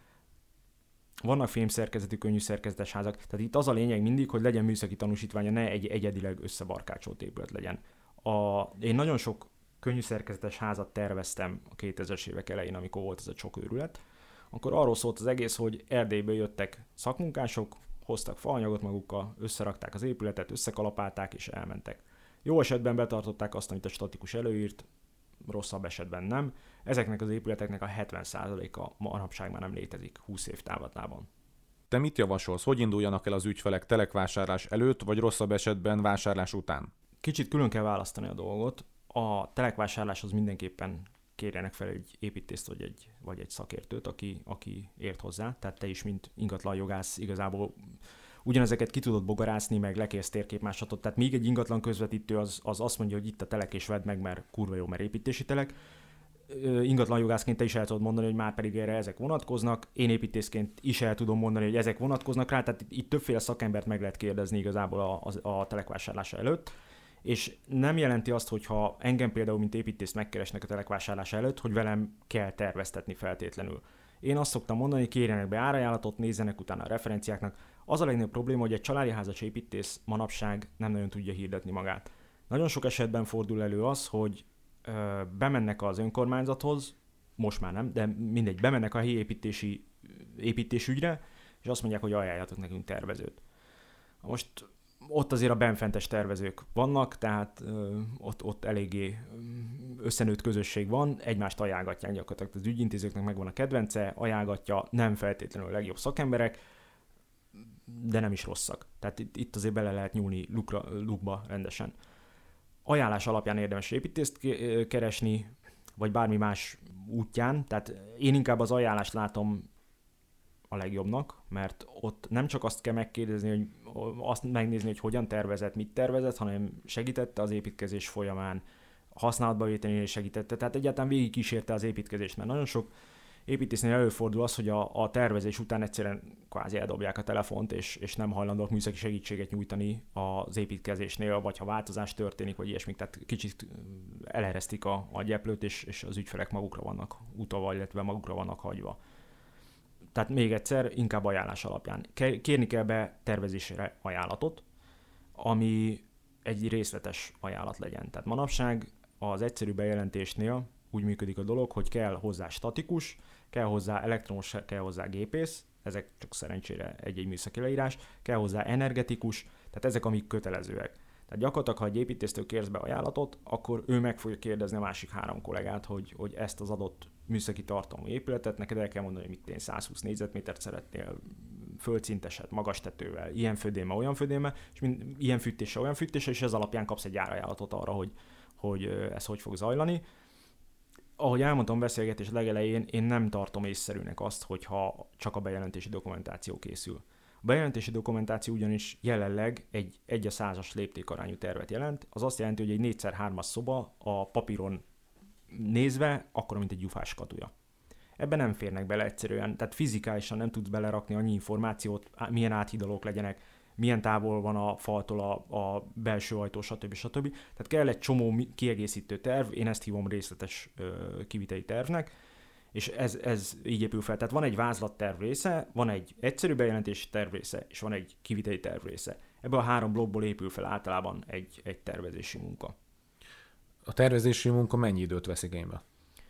Vannak fémszerkezetű, könnyű szerkezetes házak, tehát itt az a lényeg mindig, hogy legyen műszaki tanúsítványa, ne egy egyedileg összebarkácsolt épület legyen. Én nagyon sok könnyű szerkezetes házat terveztem a 2000-es évek elején, amikor volt ez a sok őrület. Akkor arról szólt az egész, hogy Erdélyből jöttek szakmunkások, hoztak faanyagot magukkal, összerakták az épületet, összekalapálták és elmentek. Jó esetben betartották azt, amit a statikus előírt, rosszabb esetben nem. Ezeknek az épületeknek a 70%-a manapság már nem létezik 20 év távlatában. Te mit javasolsz? Hogy induljanak el az ügyfelek telekvásárlás előtt, vagy rosszabb esetben vásárlás után? Kicsit külön kell választani a dolgot. A telekvásárláshoz mindenképpen kérjenek fel egy építészt vagy egy szakértőt, aki ért hozzá. Tehát te is, mint ingatlanjogász igazából ugyanezeket ki tudod bogarászni, meg lekérsz térképmásolatot. Tehát még egy ingatlan közvetítő az azt mondja, hogy itt a telek és vedd meg, mert kurva jó, mert építési telek. Ingatlanjogászként te is el tudod mondani, hogy már pedig erre ezek vonatkoznak. Én építészként is el tudom mondani, hogy ezek vonatkoznak rá. Tehát itt többféle szakembert meg lehet kérdezni igazából a telekvásárlása előtt. És nem jelenti azt, hogyha engem például, mint építészt megkeresnek a telekvásárlás előtt, hogy velem kell terveztetni feltétlenül. Én azt szoktam mondani, hogy kérjenek be árajánlatot, nézzenek utána a referenciáknak. Az a legnagyobb probléma, hogy egy családi házas építész manapság nem nagyon tudja hirdetni magát. Nagyon sok esetben fordul elő az, hogy bemennek az önkormányzathoz, most már nem, de mindegy, bemennek a helyi építésügyre, és azt mondják, hogy ajánljatok nekünk tervezőt. Most ott azért a benfentes tervezők vannak, tehát ott eléggé összenőtt közösség van, egymást ajánlgatják gyakorlatilag. Az ügyintézőknek megvan a kedvence, ajánlgatja, nem feltétlenül a legjobb szakemberek. de nem is rosszak. Tehát itt azért bele lehet nyúlni lukba rendesen. Ajánlás alapján érdemes építést keresni, vagy bármi más útján. Tehát én inkább az ajánlást látom a legjobbnak, mert ott nem csak azt kell megkérdezni, hogy azt megnézni, hogy hogyan tervezett, mit tervezett, hanem segítette az építkezés folyamán, használatba vételnél segítette, tehát egyáltalán végig kísérte az építkezést, mert nagyon sok építésznél előfordul az, hogy a tervezés után egyszerűen kvázi eldobják a telefont, és nem hajlandóak műszaki segítséget nyújtani az építkezésnél, vagy ha változás történik, vagy ilyesmi, tehát kicsit eleresztik a gyeplőt, és az ügyfelek magukra vannak utalva, illetve magukra vannak hagyva. Tehát még egyszer, inkább ajánlás alapján. Kérni kell be tervezésre ajánlatot, ami egy részletes ajánlat legyen. Tehát manapság az egyszerű bejelentésnél úgy működik a dolog, hogy kell hozzá statikus, kell hozzá elektromos, kell hozzá gépész, ezek csak szerencsére egy-egy műszaki leírás, kell hozzá energetikus, tehát ezek amik kötelezőek. Tehát gyakorlatilag, ha egy építésztől kérsz be ajánlatot, akkor ő meg fogja kérdezni a másik 3 kollégát, hogy ezt az adott műszaki tartalmú épületet, neked el kell mondani, hogy mit 120 négyzetmétert szeretnél, földszinteset, magas tetővel, ilyen födéme, olyan födéme, és ilyen fűtése, olyan fűtése, és ez alapján kapsz egy árajánlatot arra, hogy ez hogy fog zajlani. Ahogy elmondtam beszélgetés legelején, én nem tartom észszerűnek azt, hogyha csak a bejelentési dokumentáció készül. A bejelentési dokumentáció ugyanis jelenleg egy 1/100-as léptékarányú tervet jelent, az azt jelenti, hogy egy 4x3-as szoba a papíron nézve akkora, mint egy gyufás katuja. Ebben nem férnek bele egyszerűen, tehát fizikálisan nem tudsz belerakni annyi információt, milyen áthidalók legyenek, milyen távol van a faltól a belső ajtó, stb. Tehát kell egy csomó kiegészítő terv, én ezt hívom részletes kiviteli tervnek, és ez így épül fel. Tehát van egy vázlatterv része, van egy egyszerű bejelentési terv része, és van egy kiviteli terv része. Ebből a 3 blokkból épül fel általában egy tervezési munka. A tervezési munka mennyi időt vesz igénybe?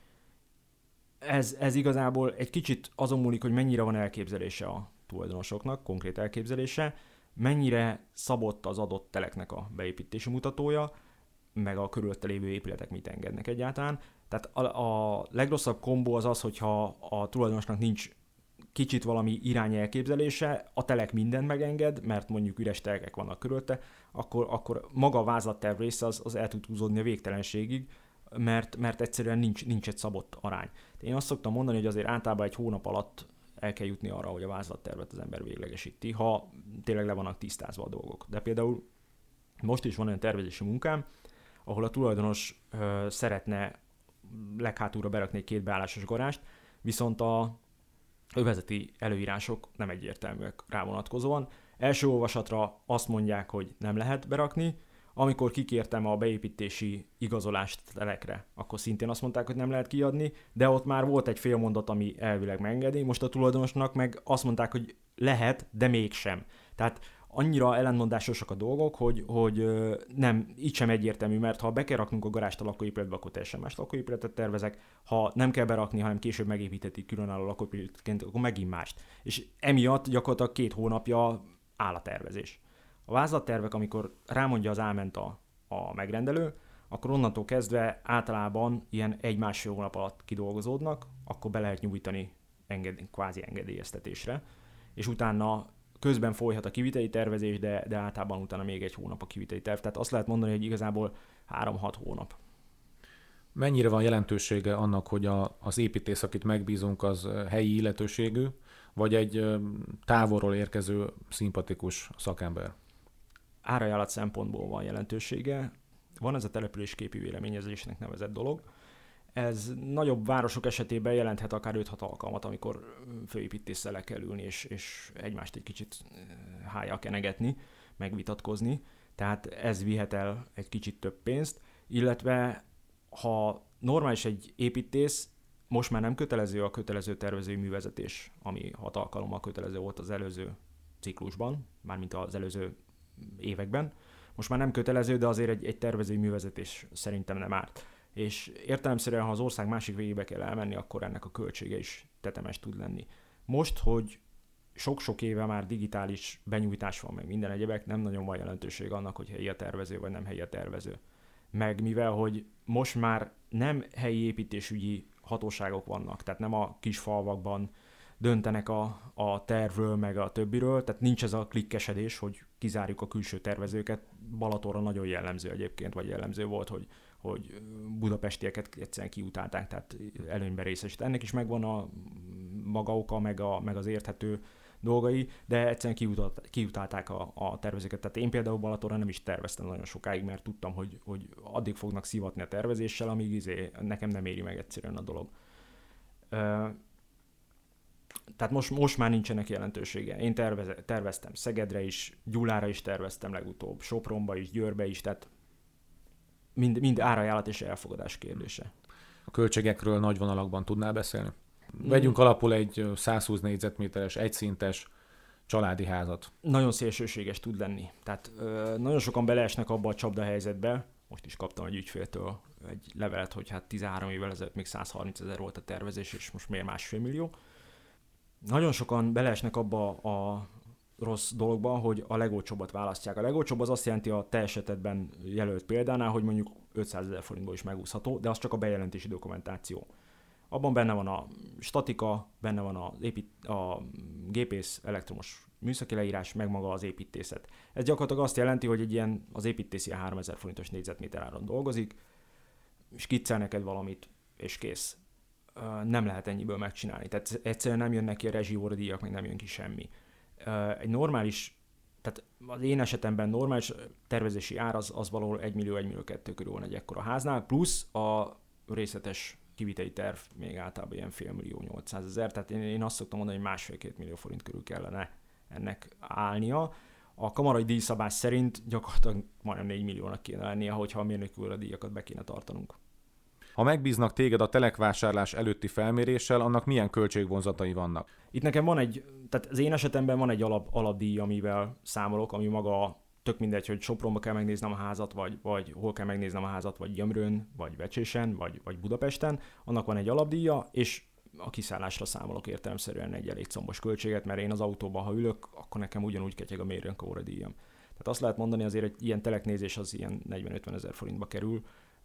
Ez igazából egy kicsit azon múlik, hogy mennyire van elképzelése a tulajdonosoknak, konkrét elképzelése, mennyire szabott az adott teleknek a beépítési mutatója, meg a körülötte lévő épületek mit engednek egyáltalán. Tehát a legrosszabb kombó az, hogyha a tulajdonosnak nincs kicsit valami irány elképzelése, a telek mindent megenged, mert mondjuk üres telekek vannak körülte, akkor maga a vázlatterv része az el tud húzódni a végtelenségig, mert egyszerűen nincs egy szabott arány. Én azt szoktam mondani, hogy azért általában egy hónap alatt el kell jutni arra, hogy a vázlattervet az ember véglegesíti, ha tényleg le vannak tisztázva a dolgok. De például most is van olyan tervezési munkám, ahol a tulajdonos szeretne leghátulra berakni egy 2 beállásos garást, viszont a övezeti előírások nem egyértelműek rá vonatkozóan. Első olvasatra azt mondják, hogy nem lehet berakni, amikor kikértem a beépítési igazolást telekre, akkor szintén azt mondták, hogy nem lehet kiadni, de ott már volt egy fél mondat, ami elvileg megengedi, most a tulajdonosnak meg azt mondták, hogy lehet, de mégsem. Tehát annyira ellentmondásosak a dolgok, hogy nem, így sem egyértelmű, mert ha be kell raknunk a garást a lakóépületbe, akkor teljesen más lakóépületet tervezek, ha nem kell berakni, hanem később megépítetik különálló lakóépületként, akkor megint mást. És emiatt gyakorlatilag 2 hónapja áll a tervezés. A vázlattervek, amikor rámondja az áment a megrendelő, akkor onnantól kezdve általában ilyen 1-1,5 hónap alatt kidolgozódnak, akkor be lehet nyújtani kvázi engedélyeztetésre, és utána közben folyhat a kiviteli tervezés, de általában utána még 1 hónap a kiviteli terv. Tehát azt lehet mondani, hogy igazából 3-6 hónap. Mennyire van jelentősége annak, hogy az építész, akit megbízunk, az helyi illetőségű, vagy egy távolról érkező szimpatikus szakember? Árajánlat szempontból van jelentősége. Van ez a településképi véleményezésnek nevezett dolog. Ez nagyobb városok esetében jelenthet akár 5-6 alkalmat, amikor főépítéssel le kell ülni, és egymást egy kicsit hájjal kenegetni, megvitatkozni. Tehát ez vihet el egy kicsit több pénzt, illetve ha normális egy építész, most már nem kötelező a kötelező tervezői művezetés, ami 6 alkalommal kötelező volt az előző ciklusban, mármint az előző években. Most már nem kötelező, de azért egy tervezői művezetés szerintem nem árt. És értelemszerűen, ha az ország másik végébe kell elmenni, akkor ennek a költsége is tetemes tud lenni. Most, hogy sok-sok éve már digitális benyújtás van, meg minden egyebek, nem nagyon van jelentőség annak, hogy helyi a tervező, vagy nem helyi a tervező. Meg mivel, hogy most már nem helyi építésügyi hatóságok vannak, tehát nem a kis falvakban döntenek a tervről, meg a többiről, tehát nincs ez a klikkesedés, hogy kizárjuk a külső tervezőket. Balatonra nagyon jellemző egyébként, vagy jellemző volt, hogy budapestieket egyszerűen kiutálták, tehát előnyben részesít. Ennek is megvan a maga oka, meg az érthető dolgai, de egyszerűen kiutálták a tervezőket. Tehát én például Balatonra nem is terveztem nagyon sokáig, mert tudtam, hogy addig fognak szivatni a tervezéssel, amíg nekem nem éri meg egyszerűen a dolog. Tehát most már nincsenek jelentősége. Én terveztem Szegedre is, Gyulára is terveztem legutóbb, Sopronba is, Győrbe is, tehát mind árajánlat és elfogadás kérdése. A költségekről nagy vonalakban tudnál beszélni? Vegyünk alapul egy 120 négyzetméteres, egyszintes családi házat. Nagyon szélsőséges tud lenni. Tehát nagyon sokan beleesnek abba a csapdahelyzetbe. Most is kaptam egy ügyféltől egy levelet, hogy hát 13 évvel ezelőtt még 130 000 volt a tervezés, és most miért 1,5 millió. Nagyon sokan beleesnek abba a rossz dologba, hogy a legolcsóbbat választják. A legolcsóbb az azt jelenti a te esetedben jelölt példánál, hogy mondjuk 500 000 forintból is megúszható, de az csak a bejelentési dokumentáció. Abban benne van a statika, benne van a gépész elektromos műszaki leírás, meg maga az építészet. Ez gyakorlatilag azt jelenti, hogy az építészi 3000 forintos négyzetméter áron dolgozik, skiccal neked valamit, és kész. Nem lehet ennyiből megcsinálni. Tehát egyszerűen nem jönnek ki a rezsióradíjak, meg nem jön ki semmi. Egy normális, tehát az én esetemben normális tervezési ár az valahol 1 millió, 1,2 millió körül van egy ekkora háznál, plusz a részletes kiviteli terv még általában ilyen 500 000, 800 000, tehát én azt szoktam mondani, hogy 1,5-2 millió forint körül kellene ennek állnia. A kamarai díjszabás szerint gyakorlatilag majdnem 4 milliónak kéne lennie, hogyha a mérnökül a díjakat be kéne tartanunk. Ha megbíznak téged a telekvásárlás előtti felméréssel, annak milyen költségvonzatai vannak? Itt nekem tehát az én esetemben van egy alapdíj, amivel számolok, ami maga tök mindegy, hogy Sopronba kell megnéznem a házat, vagy hol kell megnéznem a házat, vagy Gyömrőn, vagy Vecsésen, vagy Budapesten. Annak van egy alapdíja, és a kiszállásra számolok értelemszerűen egy elég combos költséget, mert én az autóban, ha ülök, akkor nekem ugyanúgy ketyeg a mérőnkóradíjam. Tehát azt lehet mondani, azért egy ilyen teleknézés az ilyen 40-50 000 forintba kerül.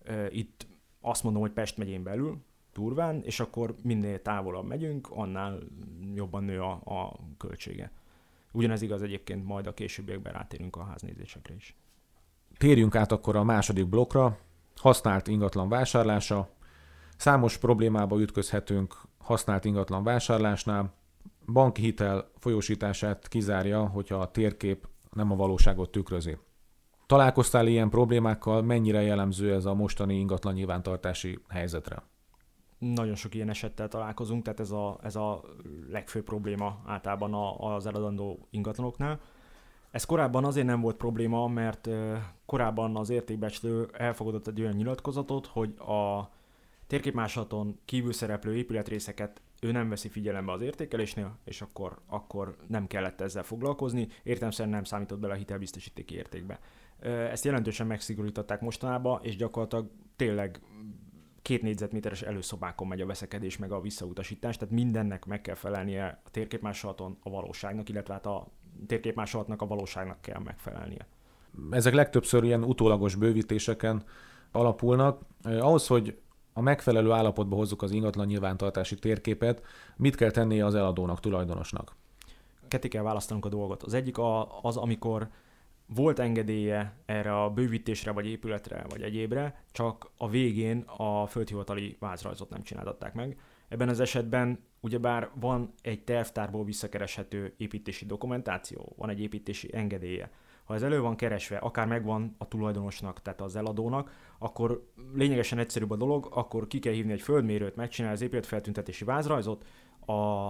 Itt azt mondom, hogy Pest megyén belül, durván, és akkor minél távolabb megyünk, annál jobban nő a költsége. Ugyanez igaz egyébként, majd a későbbiekben rátérünk a háznézésekre is. Térjünk át akkor a második blokkra, használt ingatlan vásárlása. Számos problémába ütközhetünk használt ingatlan vásárlásnál. Banki hitel folyósítását kizárja, hogyha a térkép nem a valóságot tükrözi. Találkoztál ilyen problémákkal, mennyire jellemző ez a mostani ingatlan nyilvántartási helyzetre? Nagyon sok ilyen esettel találkozunk, tehát ez a legfőbb probléma általában az eladandó ingatlanoknál. Ez korábban azért nem volt probléma, mert korábban az értékbecslő elfogadott egy olyan nyilatkozatot, hogy a térképmásolaton kívül szereplő épületrészeket ő nem veszi figyelembe az értékelésnél, és akkor nem kellett ezzel foglalkozni, értelemszerűen nem számított bele a hitelbiztosítéki értékbe. Ezt jelentősen megszigorították mostanában, és gyakorlatilag tényleg 2 négyzetméteres előszobákon megy a veszekedés, meg a visszautasítás, tehát mindennek meg kell felelnie a térképmásolaton a valóságnak, illetve hát a térképmásolatnak a valóságnak kell megfelelnie. Ezek legtöbbször ilyen utólagos bővítéseken alapulnak. Ahhoz, hogy a megfelelő állapotba hozzuk az ingatlan nyilvántartási térképet, mit kell tennie az eladónak, tulajdonosnak? Ketté kell választanunk a dolgot. Az egyik az, amikor volt engedélye erre a bővítésre, vagy épületre, vagy egyébre, csak a végén a földhivatali vázrajzot nem csináltatták meg. Ebben az esetben ugyebár van egy tervtárból visszakereshető építési dokumentáció, van egy építési engedélye. Ha ez elő van keresve, akár megvan a tulajdonosnak, tehát az eladónak, akkor lényegesen egyszerűbb a dolog, akkor ki kell hívni egy földmérőt, megcsinálni az épületfeltüntetési vázrajzot, a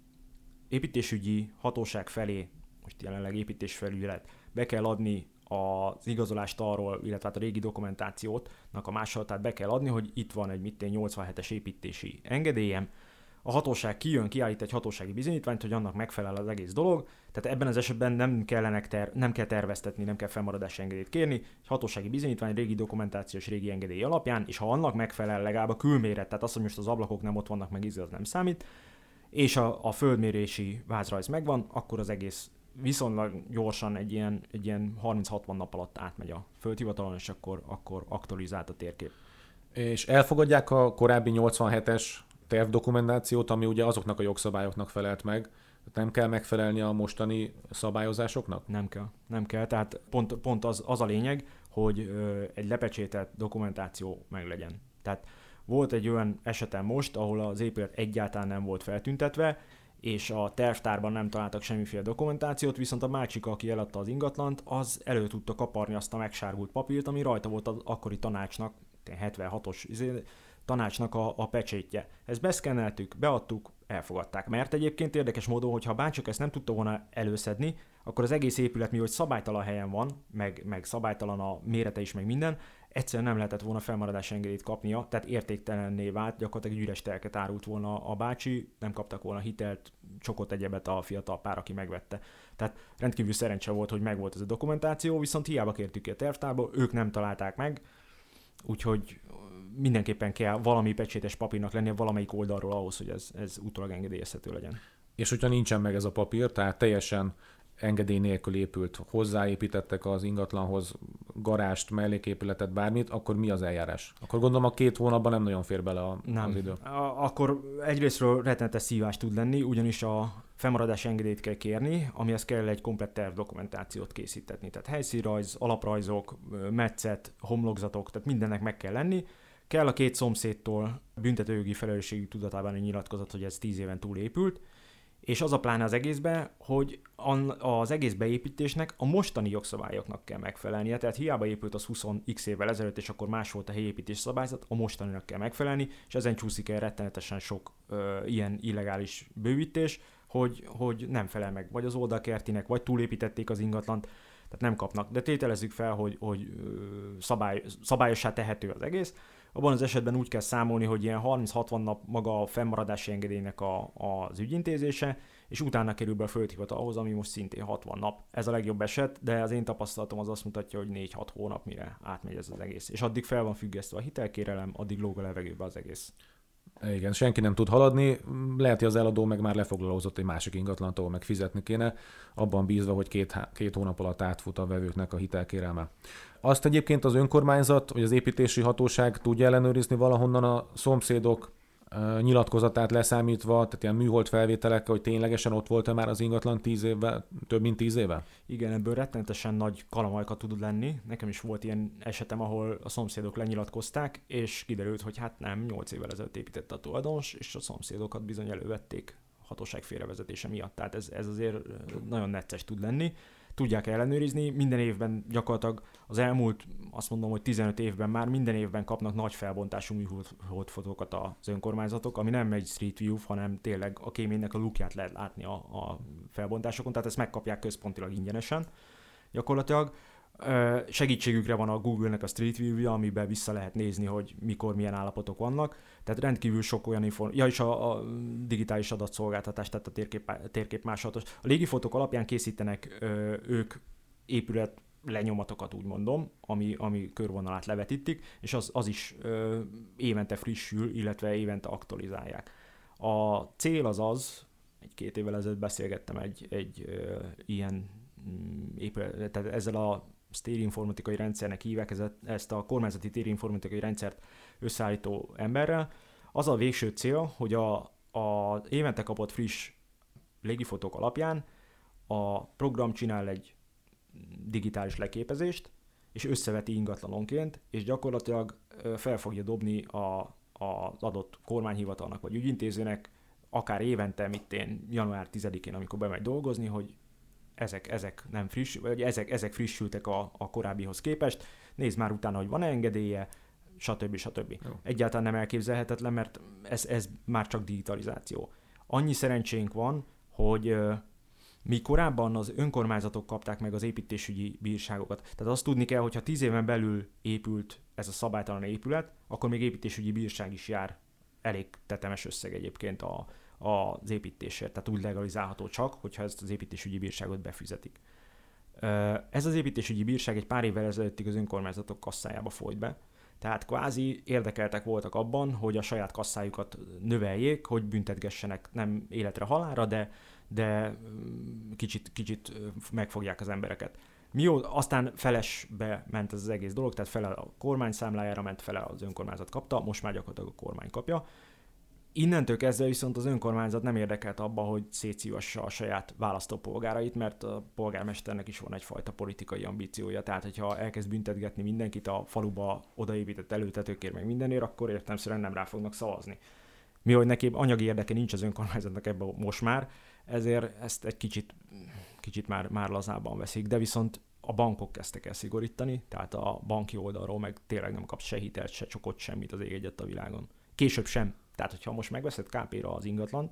építésügyi hatóság felé, most jelenleg építésfelügyelet, be kell adni az igazolást arról, illetve a régi dokumentációtnak a másolatát be kell adni, hogy itt van egy 87-es építési engedélyem. A hatóság kijön, kiállít egy hatósági bizonyítványt, hogy annak megfelel az egész dolog, tehát ebben az esetben nem kell terveztetni, nem kell felmaradási engedélyt kérni, egy hatósági bizonyítvány régi dokumentációs régi engedély alapján, és ha annak megfelel legalább a külméret, tehát az, hogy most az ablakok nem ott vannak, meg az nem számít, és a földmérési vázrajz megvan, akkor az egész viszonylag gyorsan egy ilyen 30-60 nap alatt átmegy a földhivatalon, és akkor aktualizált a térkép. És elfogadják a korábbi 87-es tervdokumentációt, ami ugye azoknak a jogszabályoknak felelt meg. Nem kell megfelelni a mostani szabályozásoknak? Nem kell. Tehát pont az a lényeg, hogy egy lepecsételt dokumentáció meglegyen. Tehát volt egy olyan esetem most, ahol az épület egyáltalán nem volt feltüntetve, és a tervtárban nem találtak semmiféle dokumentációt, viszont a másik, aki eladta az ingatlant, az elő tudta kaparni azt a megsárgult papírt, ami rajta volt az akkori tanácsnak, 76-os tanácsnak a pecsétje. Ezt beszkenneltük, beadtuk, elfogadták. Mert egyébként érdekes módon, hogyha a bácsak ezt nem tudta volna előszedni, akkor az egész épület, mivel szabálytalan helyen van, meg szabálytalan a mérete is, meg minden, egyszerűen nem lehetett volna felmaradási engedélyt kapnia, tehát értéktelenné vált, gyakorlatilag egy üres telket árult volna a bácsi, nem kaptak volna hitelt, csokot, egyebet a fiatal pár, aki megvette. Tehát rendkívül szerencse volt, hogy megvolt ez a dokumentáció, viszont hiába kértük ki a tervtárba, ők nem találták meg, úgyhogy mindenképpen kell valami pecsétes papírnak lennie valamelyik oldalról ahhoz, hogy ez utólag engedélyezhető legyen. És hogyha nincsen meg ez a papír, tehát teljesen engedély nélkül épült, hozzáépítettek az ingatlanhoz garást, melléképületet, bármit, akkor mi az eljárás? Akkor gondolom a 2 hónapban nem nagyon fér bele az idő. Akkor egyrésztről rettenetes szívás tud lenni, ugyanis a felmaradási engedélyt kell kérni, amihez kell egy komplett tervdokumentációt készítetni. Tehát helyszínrajz, alaprajzok, metszet, homlokzatok, tehát mindennek meg kell lenni. Kell a 2 szomszédtól büntetőjogi felelősségű tudatában egy nyilatkozat, hogy ez 10 éven túl épült, és az a pláne az egészben, hogy az egész beépítésnek a mostani jogszabályoknak kell megfelelnie, tehát hiába épült az 20x évvel ezelőtt, és akkor más volt a helyépítés szabályzat, a mostaninak kell megfelelni, és ezen csúszik el rettenetesen sok ilyen illegális bővítés, hogy nem felel meg vagy az oldalkertinek, vagy túlépítették az ingatlant, tehát nem kapnak. De tételezzük fel, hogy szabályossá tehető az egész. Abban az esetben úgy kell számolni, hogy ilyen 30-60 nap maga a fennmaradási engedélynek az ügyintézése, és utána kerül be a földhivatalhoz, ami most szintén 60 nap. Ez a legjobb eset, de az én tapasztalatom az azt mutatja, hogy 4-6 hónap mire átmegy ez az egész. És addig fel van függesztve a hitelkérelem, addig lóg a levegőbe az egész. Igen, senki nem tud haladni, lehet, hogy az eladó meg már lefoglalózott egy másik ingatlant, ahol meg fizetni kéne, abban bízva, hogy 2 hónap alatt átfut a vevőknek a hitelkérelme. Azt egyébként az önkormányzat, vagy az építési hatóság tudja ellenőrizni valahonnan a szomszédok nyilatkozatát leszámítva, tehát ilyen műhold felvételekkel, hogy ténylegesen ott volt-e már az ingatlan 10 évvel, több mint 10 éve? Igen, ebből rettenetesen nagy kalamajka tud lenni. Nekem is volt ilyen esetem, ahol a szomszédok lenyilatkozták, és kiderült, hogy hát nem, 8 évvel ezelőtt építette a tulajdonos, és a szomszédokat bizony elővették hatóság félrevezetése miatt. Tehát ez azért nagyon necces tud lenni. Tudják ellenőrizni, minden évben gyakorlatilag az elmúlt, azt mondom, hogy 15 évben már minden évben kapnak nagy felbontású műholdfotókat az önkormányzatok, ami nem egy Street View, hanem tényleg a kéménynek a lukját lehet látni a felbontásokon, tehát ezt megkapják központilag ingyenesen gyakorlatilag. Segítségükre van a Google-nek a Street View-ja, amiben vissza lehet nézni, hogy mikor milyen állapotok vannak. Tehát rendkívül sok olyan és a digitális adatszolgáltatás, tehát a térkép másolatos. A légifotók alapján készítenek ők épület lenyomatokat, úgy mondom, ami körvonalát levetítik, és az is évente frissül, illetve évente aktualizálják. A cél az, 1-2 évvel ezelőtt beszélgettem egy ilyen épület, tehát ezzel a térinformatikai rendszernek hívják, ezt a kormányzati térinformatikai rendszert összeállító emberrel. Az a végső cél, hogy a évente kapott friss légifotók alapján a program csinál egy digitális leképezést, és összeveti ingatlanonként, és gyakorlatilag fel fogja dobni az adott kormányhivatalnak vagy ügyintézőnek, akár évente, január 10-én, amikor bemegy dolgozni, hogy ezek nem friss, vagy ezek frissültek a korábbihoz képest, nézd már utána, hogy van-e engedélye, stb. Jó. Egyáltalán nem elképzelhetetlen, mert ez már csak digitalizáció. Annyi szerencsénk van, hogy mi korábban az önkormányzatok kapták meg az építésügyi bírságokat. Tehát azt tudni kell, hogy ha 10 éven belül épült ez a szabálytalan épület, akkor még építésügyi bírság is jár. Elég tetemes összeg egyébként az építésért, tehát úgy legalizálható csak, hogyha ezt az építésügyi bírságot befizetik. Ez az építésügyi bírság egy pár évvel ezelőttig az önkormányzatok kasszájába folyt be, tehát kvázi érdekeltek voltak abban, hogy a saját kasszájukat növeljék, hogy büntetgessenek nem életre halálra, de kicsit megfogják az embereket. Aztán felesbe ment ez az egész dolog, tehát fele a kormány számlájára ment, fele az önkormányzat kapta, most már gyakorlatilag a kormány kapja. Innentől kezdve viszont az önkormányzat nem érdekelt abba, hogy szétszívassa a saját választópolgárait, mert a polgármesternek is van egyfajta politikai ambíciója. Tehát, hogyha elkezd büntetgetni mindenkit a faluba odaépített előtetőkért meg mindenért, akkor értelemszerűen nem rá fognak szavazni. Mi, hogy neki anyagi érdeke nincs az önkormányzatnak ebben most már, ezért ezt egy kicsit már lazábban veszik, de viszont a bankok kezdtek el szigorítani, tehát a banki oldalról meg tényleg nem kapsz se hitelt, se csokot, semmit az ég egyet a világon. Később sem. Tehát, hogyha most megveszed KP-ra az ingatlant,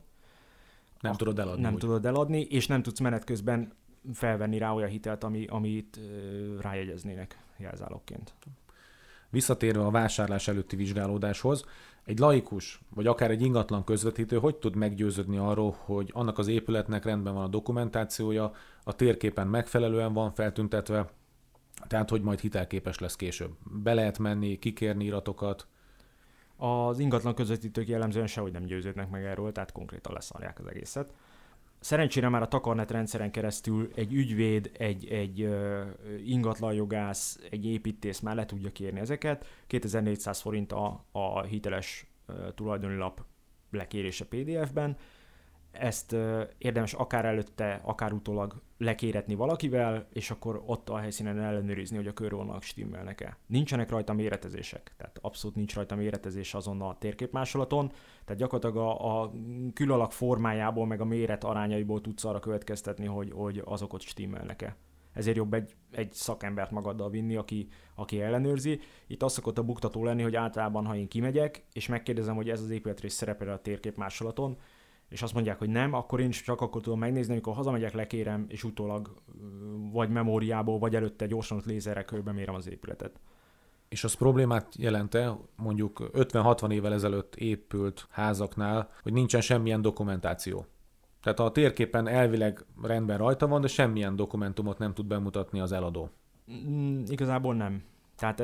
nem tudod eladni, és nem tudsz menet közben felvenni rá olyan hitelt, amit rájegyeznének jelzálogként. Visszatérve a vásárlás előtti vizsgálódáshoz, egy laikus, vagy akár egy ingatlan közvetítő hogy tud meggyőződni arról, hogy annak az épületnek rendben van a dokumentációja, a térképen megfelelően van feltüntetve, tehát hogy majd hitelképes lesz később. Be lehet menni, kikérni iratokat. Az ingatlan közvetítők jellemzően sehogy nem győződnek meg erről, tehát konkrétan leszarják az egészet. Szerencsére már a Takarnet rendszeren keresztül egy ügyvéd, egy ingatlanjogász, egy építész már le tudja kérni ezeket. 2400 forint a hiteles tulajdoni lap lekérése PDF-ben. Ezt érdemes akár előtte, akár utólag lekéretni valakivel, és akkor ott a helyszínen ellenőrizni, hogy a körvonalak stimmelnek-e. Nincsenek rajta méretezések, tehát abszolút nincs rajta méretezés azon a térképmásolaton, tehát gyakorlatilag a külalak formájából, meg a méret arányaiból tudsz arra következtetni, hogy azok ott stimmelnek-e. Ezért jobb egy szakembert magaddal vinni, aki ellenőrzi. Itt az szokott a buktató lenni, hogy általában, ha én kimegyek, és megkérdezem, hogy ez az épületrész szerepel a térképmásolaton, és azt mondják, hogy nem, akkor én is csak akkor tudom megnézni, amikor hazamegyek, lekérem, és utólag vagy memóriából, vagy előtte gyorsan ott lézerrel körbemérem az épületet. És az problémát jelente, mondjuk 50-60 évvel ezelőtt épült házaknál, hogy nincsen semmilyen dokumentáció. Tehát a térképen elvileg rendben rajta van, de semmilyen dokumentumot nem tud bemutatni az eladó. Igazából nem. Tehát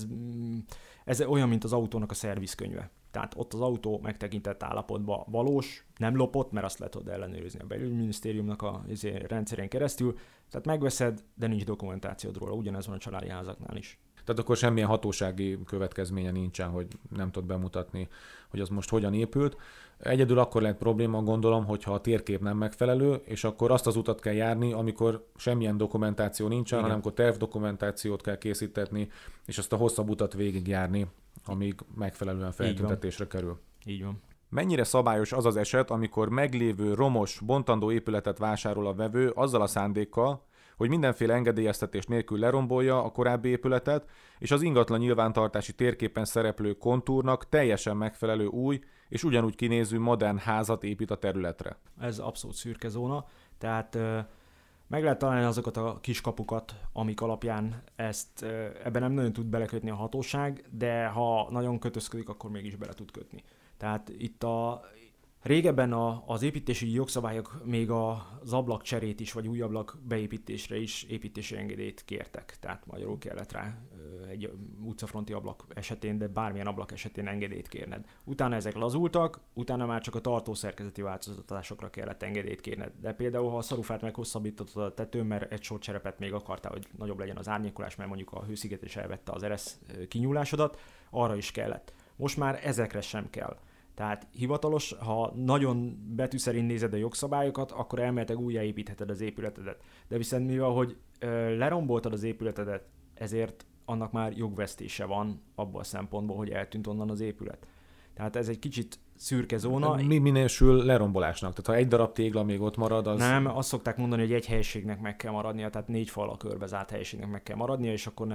ez olyan, mint az autónak a szervizkönyve. Tehát ott az autó megtekintett állapotban valós, nem lopott, mert azt lehet ellenőrizni a belügyminisztériumnak a rendszerén keresztül. Tehát megveszed, de nincs dokumentációd róla. Ugyanez van a családi házaknál is. Tehát akkor semmilyen hatósági következménye nincsen, hogy nem tud bemutatni, hogy az most hogyan épült. Egyedül akkor lehet probléma, gondolom, hogyha a térkép nem megfelelő, és akkor azt az utat kell járni, amikor semmilyen dokumentáció nincsen, hanem akkor tervdokumentációt kell készítetni, és azt a hosszabb utat végigjárni, amíg megfelelően feltüntetésre kerül. Így van. Mennyire szabályos az az eset, amikor meglévő romos, bontandó épületet vásárol a vevő azzal a szándékkal, hogy mindenféle engedélyeztetés nélkül lerombolja a korábbi épületet, és az ingatlan nyilvántartási térképen szereplő kontúrnak teljesen megfelelő új és ugyanúgy kinéző modern házat épít a területre. Ez abszolút szürke zóna, tehát meg lehet találni azokat a kiskapukat, amik alapján ebben nem nagyon tud belekötni a hatóság, de ha nagyon kötözködik, akkor mégis bele tud kötni. Tehát itt régebben az építési jogszabályok még az ablakcserét is, vagy új ablak beépítésre is építési engedélyt kértek. Tehát magyarul kellett rá egy utcafronti ablak esetén, de bármilyen ablak esetén engedélyt kérned. Utána ezek lazultak, utána már csak a tartószerkezeti változtatásokra kellett engedélyt kérned. De például, ha a szarufát meghosszabbítottad a tetőn, mert egy sor cserepet még akartál, hogy nagyobb legyen az árnyékolás, mert mondjuk a hőszigetés elvette az eresz kinyúlásodat, arra is kellett. Most már ezekre sem kell. Tehát hivatalos, ha nagyon betű szerint nézed a jogszabályokat, akkor elméletileg újjáépítheted az épületedet. De viszont mivel, hogy leromboltad az épületedet, ezért annak már jogvesztése van abban a szempontból, hogy eltűnt onnan az épület. Tehát ez egy kicsit szürke zóna. Mi minősül lerombolásnak? Tehát ha egy darab tégla még ott marad, az... Nem, azt szokták mondani, hogy egy helyiségnek meg kell maradnia, tehát 4 fallal körbe zárt helyiségnek meg kell maradnia, és akkor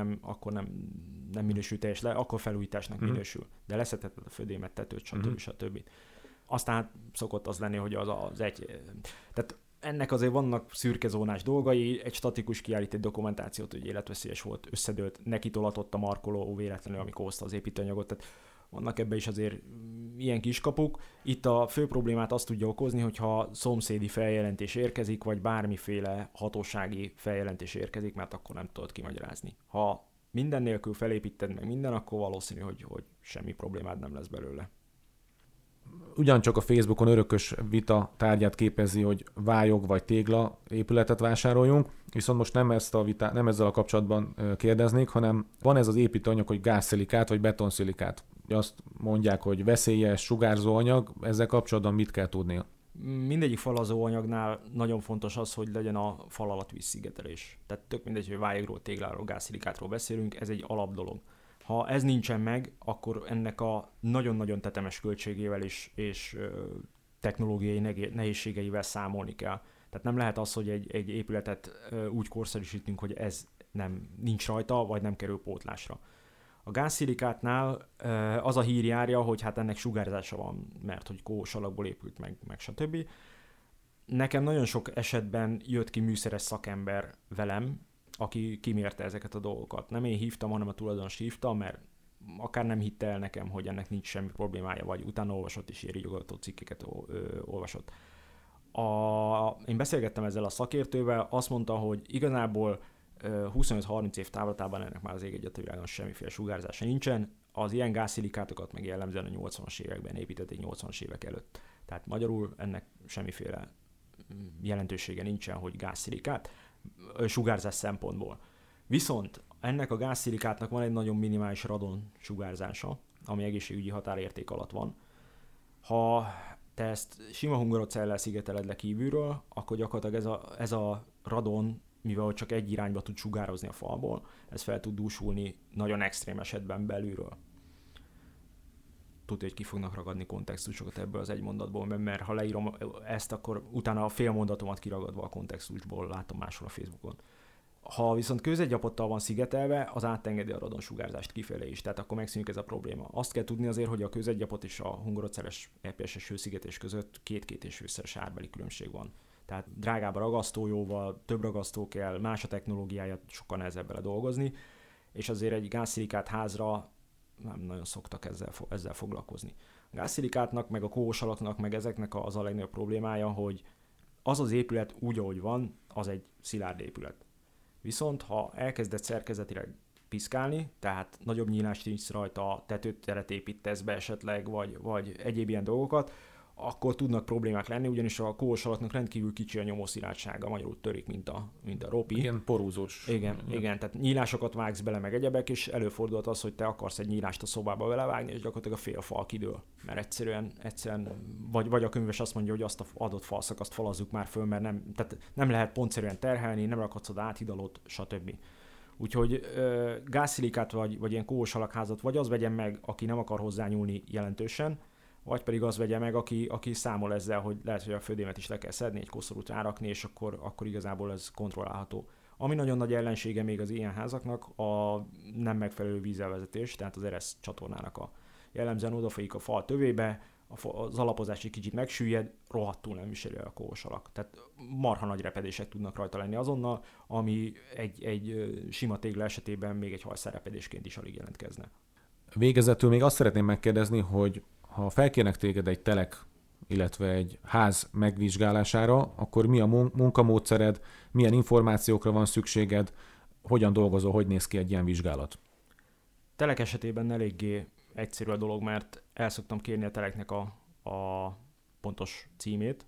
nem minősül teljes akkor felújításnak minősül. De leszedheted a födémet, tetőt, stb. Aztán szokott az lenni, hogy az egy... Tehát ennek azért vannak szürkezónás dolgai, egy statikus kiállít egy dokumentációt, hogy életveszélyes volt, összedőlt, neki tolatott a markoló véletlenül, amikor hozta az építőanyagot, tehát vannak ebben is azért ilyen kiskapuk. Itt a fő problémát azt tudja okozni, hogyha szomszédi feljelentés érkezik, vagy bármiféle hatósági feljelentés érkezik, mert akkor nem tudod kimagyarázni. Ha minden nélkül felépíted meg minden, akkor valószínű, hogy semmi problémád nem lesz belőle. ugyancsak a Facebookon örökös vita tárgyát képezi, hogy vályog vagy tégla épületet vásároljunk, viszont most nem ezzel a kapcsolatban kérdeznék, hanem van ez az építőanyag, hogy gázszilikát vagy betonszilikát. Azt mondják, hogy veszélyes, sugárzó anyag, ezzel kapcsolatban mit kell tudni? Mindegyik falazó anyagnál nagyon fontos az, hogy legyen a fal alatt vízszigetelés. Tehát tök mindegy, hogy vályogról, tégláról, gázszilikátról beszélünk, ez egy alapdolog. Ha ez nincsen meg, akkor ennek a nagyon-nagyon tetemes költségével és technológiai nehézségeivel számolni kell. Tehát nem lehet az, hogy egy épületet úgy korszerűsítünk, hogy ez nincs rajta, vagy nem kerül pótlásra. A gázszilikátnál az a hír járja, hogy hát ennek sugárzása van, mert hogy kós alakból épült meg stb. Nekem nagyon sok esetben jött ki műszeres szakember velem, aki kimérte ezeket a dolgokat. Nem én hívtam, hanem a tulajdonos hívta, mert akár nem hitte el nekem, hogy ennek nincs semmi problémája, vagy utána olvasott és jogalkotó cikkeket olvasott. Én beszélgettem ezzel a szakértővel, azt mondta, hogy igazából 25-30 év távlatában ennek már az ég egyet a világon semmiféle sugárzása nincsen. Az ilyen gázszilikátokat meg jellemzően a 80-as években építették 80-as évek előtt. Tehát magyarul ennek semmiféle jelentősége nincsen, hogy gázszilikát sugárzás szempontból. Viszont ennek a gázszilikátnak van egy nagyon minimális radon sugárzása, ami egészségügyi határérték alatt van. Ha te ezt sima hungarocellel szigeteled le kívülről, akkor gyakorlatilag ez a radon, mivel csak egy irányba tud sugározni a falból, ez fel tud dúsulni nagyon extrém esetben belülről. Tudja, hogy ki fognak ragadni kontextusokat ebből az egy mondatból, mert ha leírom ezt, akkor utána a fél mondatomat kiragadva a kontextusból látom máshol a Facebookon. Ha viszont kőzetgyapottal van szigetelve, az átengedi a radonsugárzást kifelé is, tehát akkor megszűnik ez a probléma. Azt kell tudni azért, hogy a kőzetgyapot és a hungarocelles EPS-es hőszigetés között 2-2,5-szeres árbeli különbség van. Tehát drágább a ragasztójóval, több ragasztó kell, más a technológiája, sokkal nehezebb bele dolgozni, és azért egy gázszilikát házra nem nagyon szoktak ezzel foglalkozni. A gázszilikátnak, meg a kóos alaknak, meg ezeknek az a legnagyobb problémája, hogy az épület úgy, ahogy van, az egy szilárd épület. Viszont ha elkezdett szerkezetileg piszkálni, tehát nagyobb nyílást nyitsz rajta, tetőteret építesz be esetleg, vagy egyéb ilyen dolgokat, akkor tudnak problémák lenni, ugyanis a kóos alaknak rendkívül kicsi a nyomószilárdsága, magyarul törik, mint a ropi. Igen, porúzós. Igen, tehát nyílásokat vágsz bele meg egyebek, és előfordulhat az, hogy te akarsz egy nyílást a szobába belevágni, és gyakorlatilag a fél fal kidől. Mert egyszerűen vagy a könyves azt mondja, hogy azt a adott falszakaszt falazzuk már föl, mert nem lehet pontszerűen terhelni, nem rakhatsz oda áthidalót, stb. Úgyhogy gázszilikát vagy ilyen kóos alakházat vagy az vegyen meg, aki nem akar hozzányúlni jelentősen, vagy pedig az vegye meg, aki számol ezzel, hogy lehet, hogy a födémet is le kell szedni, egy koszorút rárakni, és akkor igazából ez kontrollálható. Ami nagyon nagy ellensége még az ilyen házaknak, a nem megfelelő vízelvezetés, tehát az eresz csatornának jellemzően odafolyik a fal tövébe, az alapozás egy kicsit megsüllyed, rohadtul nem viseli a kóos alak. Tehát marha nagy repedések tudnak rajta lenni azonnal, ami egy sima tégla esetében még egy hajszárrepedésként is alig jelentkezne. Végezetül még azt szeretném megkérdezni, hogy ha felkérnek téged egy telek, illetve egy ház megvizsgálására, akkor mi a munkamódszered, milyen információkra van szükséged, hogyan dolgozol, hogy néz ki egy ilyen vizsgálat? Telek esetében eléggé egyszerű a dolog, mert el szoktam kérni a teleknek a pontos címét,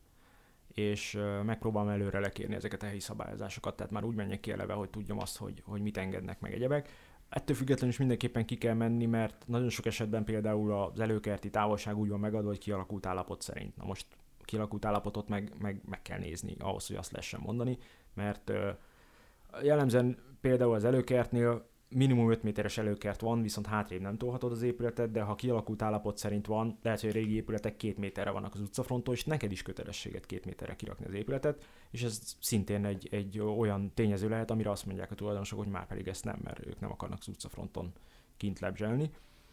és megpróbálom előre lekérni ezeket a helyi szabályozásokat, tehát már úgy menjek ki eleve, hogy tudjam azt, hogy mit engednek meg egyebek. Ettől függetlenül is mindenképpen ki kell menni, mert nagyon sok esetben például az előkerti távolság úgy van megadva, hogy kialakult állapot szerint. Na most kialakult állapotot meg kell nézni ahhoz, hogy azt lehessen mondani, mert jellemzően például az előkertnél minimum 5 méteres előkert van, viszont hátrébb nem tolhatod az épületet, de ha kialakult állapot szerint van, lehet, hogy a régi épületek 2 méterre vannak az utcafronton, és neked is kötelességet 2 méterre kirakni az épületet, és ez szintén egy olyan tényező lehet, amire azt mondják a tulajdonosok, hogy már pedig ezt nem, mert ők nem akarnak az utcafronton kint lebzselni.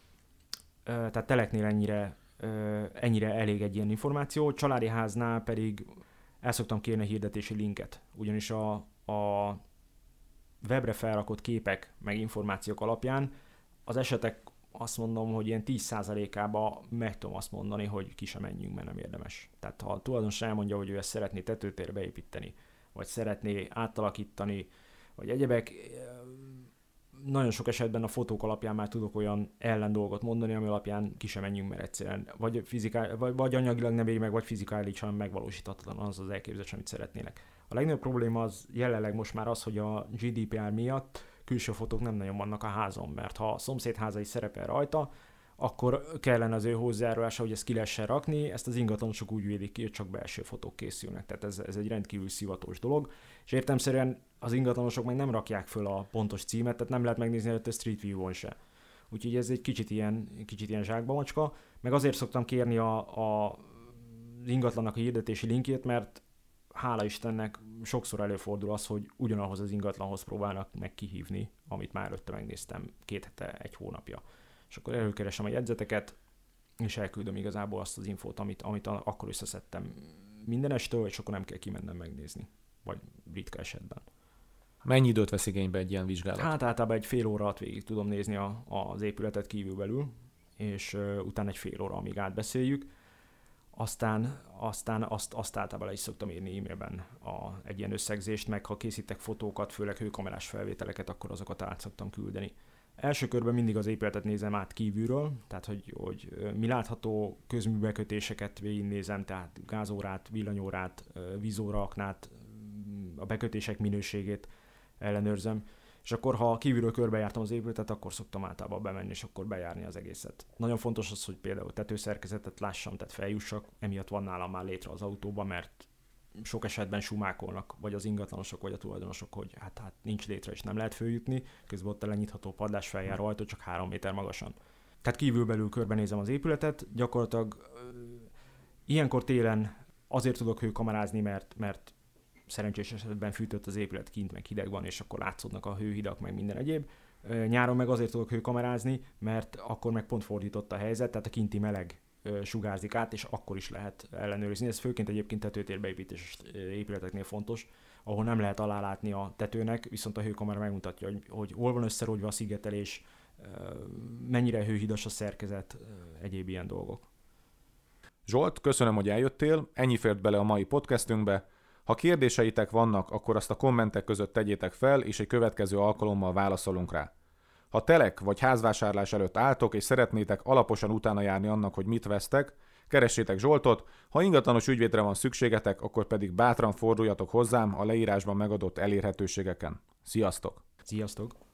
Tehát teleknél ennyire elég egy ilyen információ, családi háznál pedig el szoktam kérni a hirdetési linket, ugyanis a webre felrakott képek meg információk alapján az esetek azt mondom, hogy ilyen 10%-ába meg tudom azt mondani, hogy ki sem menjünk, mert nem érdemes. Tehát ha a tulajdonos elmondja, hogy ő ezt szeretné tetőtérbe építeni, vagy szeretné átalakítani, vagy egyebek, nagyon sok esetben a fotók alapján már tudok olyan ellen dolgot mondani, ami alapján ki sem menjünk, mert egyszerűen vagy anyagilag nem éri meg, vagy fizikálisan megvalósíthatatlan az az elképzelés, amit szeretnének. A legnagyobb probléma az jelenleg most már az, hogy a GDPR miatt külső fotók nem nagyon vannak a házon, mert ha a szomszéd háza is szerepel rajta, akkor kellene az ő hozzájárulása, hogy ezt ki lehessen rakni, ezt az ingatlanosok úgy védik ki, hogy csak belső fotók készülnek, tehát ez egy rendkívül szivatos dolog, és értelemszerűen az ingatlanosok meg nem rakják föl a pontos címet, tehát nem lehet megnézni előtte Street View-on se. Úgyhogy ez egy kicsit ilyen zsákba macska, meg azért szoktam kérni az ingatlannak a hirdetési linkjét, mert hála Istennek sokszor előfordul az, hogy ugyanahoz az ingatlanhoz próbálnak meg kihívni, amit már előtte megnéztem 2 hete, 1 hónapja. És akkor előkeresem a jegyzeteket, és elküldöm igazából azt az infót, amit akkor összeszedtem mindenestől, és akkor nem kell kimennem megnézni, vagy ritka esetben. Mennyi időt vesz igénybe egy ilyen vizsgálat? Hát általában egy fél óra alatt végig tudom nézni az épületet kívülbelül, és utána egy fél óra, amíg átbeszéljük. Aztán azt általában le is szoktam írni e-mailben egy ilyen összegzést, meg ha készítek fotókat, főleg hőkamerás felvételeket, akkor azokat át szoktam küldeni. Első körben mindig az épületet nézem át kívülről, tehát hogy mi látható, közműbekötéseket végignézem, tehát gázórát, villanyórát, vízóraaknát, a bekötések minőségét ellenőrzem, és akkor ha kívülről körbejártam az épületet, akkor szoktam általában bemenni, és akkor bejárni az egészet. Nagyon fontos az, hogy például tetőszerkezetet lássam, tehát feljussak, emiatt van nálam már létre az autóban, mert sok esetben sumákolnak, vagy az ingatlanosok, vagy a tulajdonosok, hogy hát nincs létre, és nem lehet följutni, közben ott a lenyitható padlás feljáró ajtó csak 3 méter magasan. Tehát kívülbelül körbenézem az épületet, gyakorlatilag ilyenkor télen azért tudok hőkamerázni, mert szerencsés esetben fűtött az épület, kint meg hideg van, és akkor látszódnak a hőhidak, meg minden egyéb. Nyáron meg azért tudok hőkamerázni, mert akkor meg pont fordított a helyzet, tehát a kinti meleg sugárzik át, és akkor is lehet ellenőrizni. Ez főként egyébként tetőtérbeépítés épületeknél fontos, ahol nem lehet alálátni a tetőnek, viszont a hőkamera megmutatja, hogy hol van összerogyva a szigetelés, mennyire hőhidas a szerkezet, egyéb ilyen dolgok. Zsolt, köszönöm, hogy eljöttél, ennyi fért bele a mai podcastünkbe. Ha kérdéseitek vannak, akkor azt a kommentek között tegyétek fel, és egy következő alkalommal válaszolunk rá. Ha telek vagy házvásárlás előtt álltok, és szeretnétek alaposan utána járni annak, hogy mit vesztek, keressétek Zsoltot, ha ingatlanos ügyvédre van szükségetek, akkor pedig bátran forduljatok hozzám a leírásban megadott elérhetőségeken. Sziasztok! Sziasztok!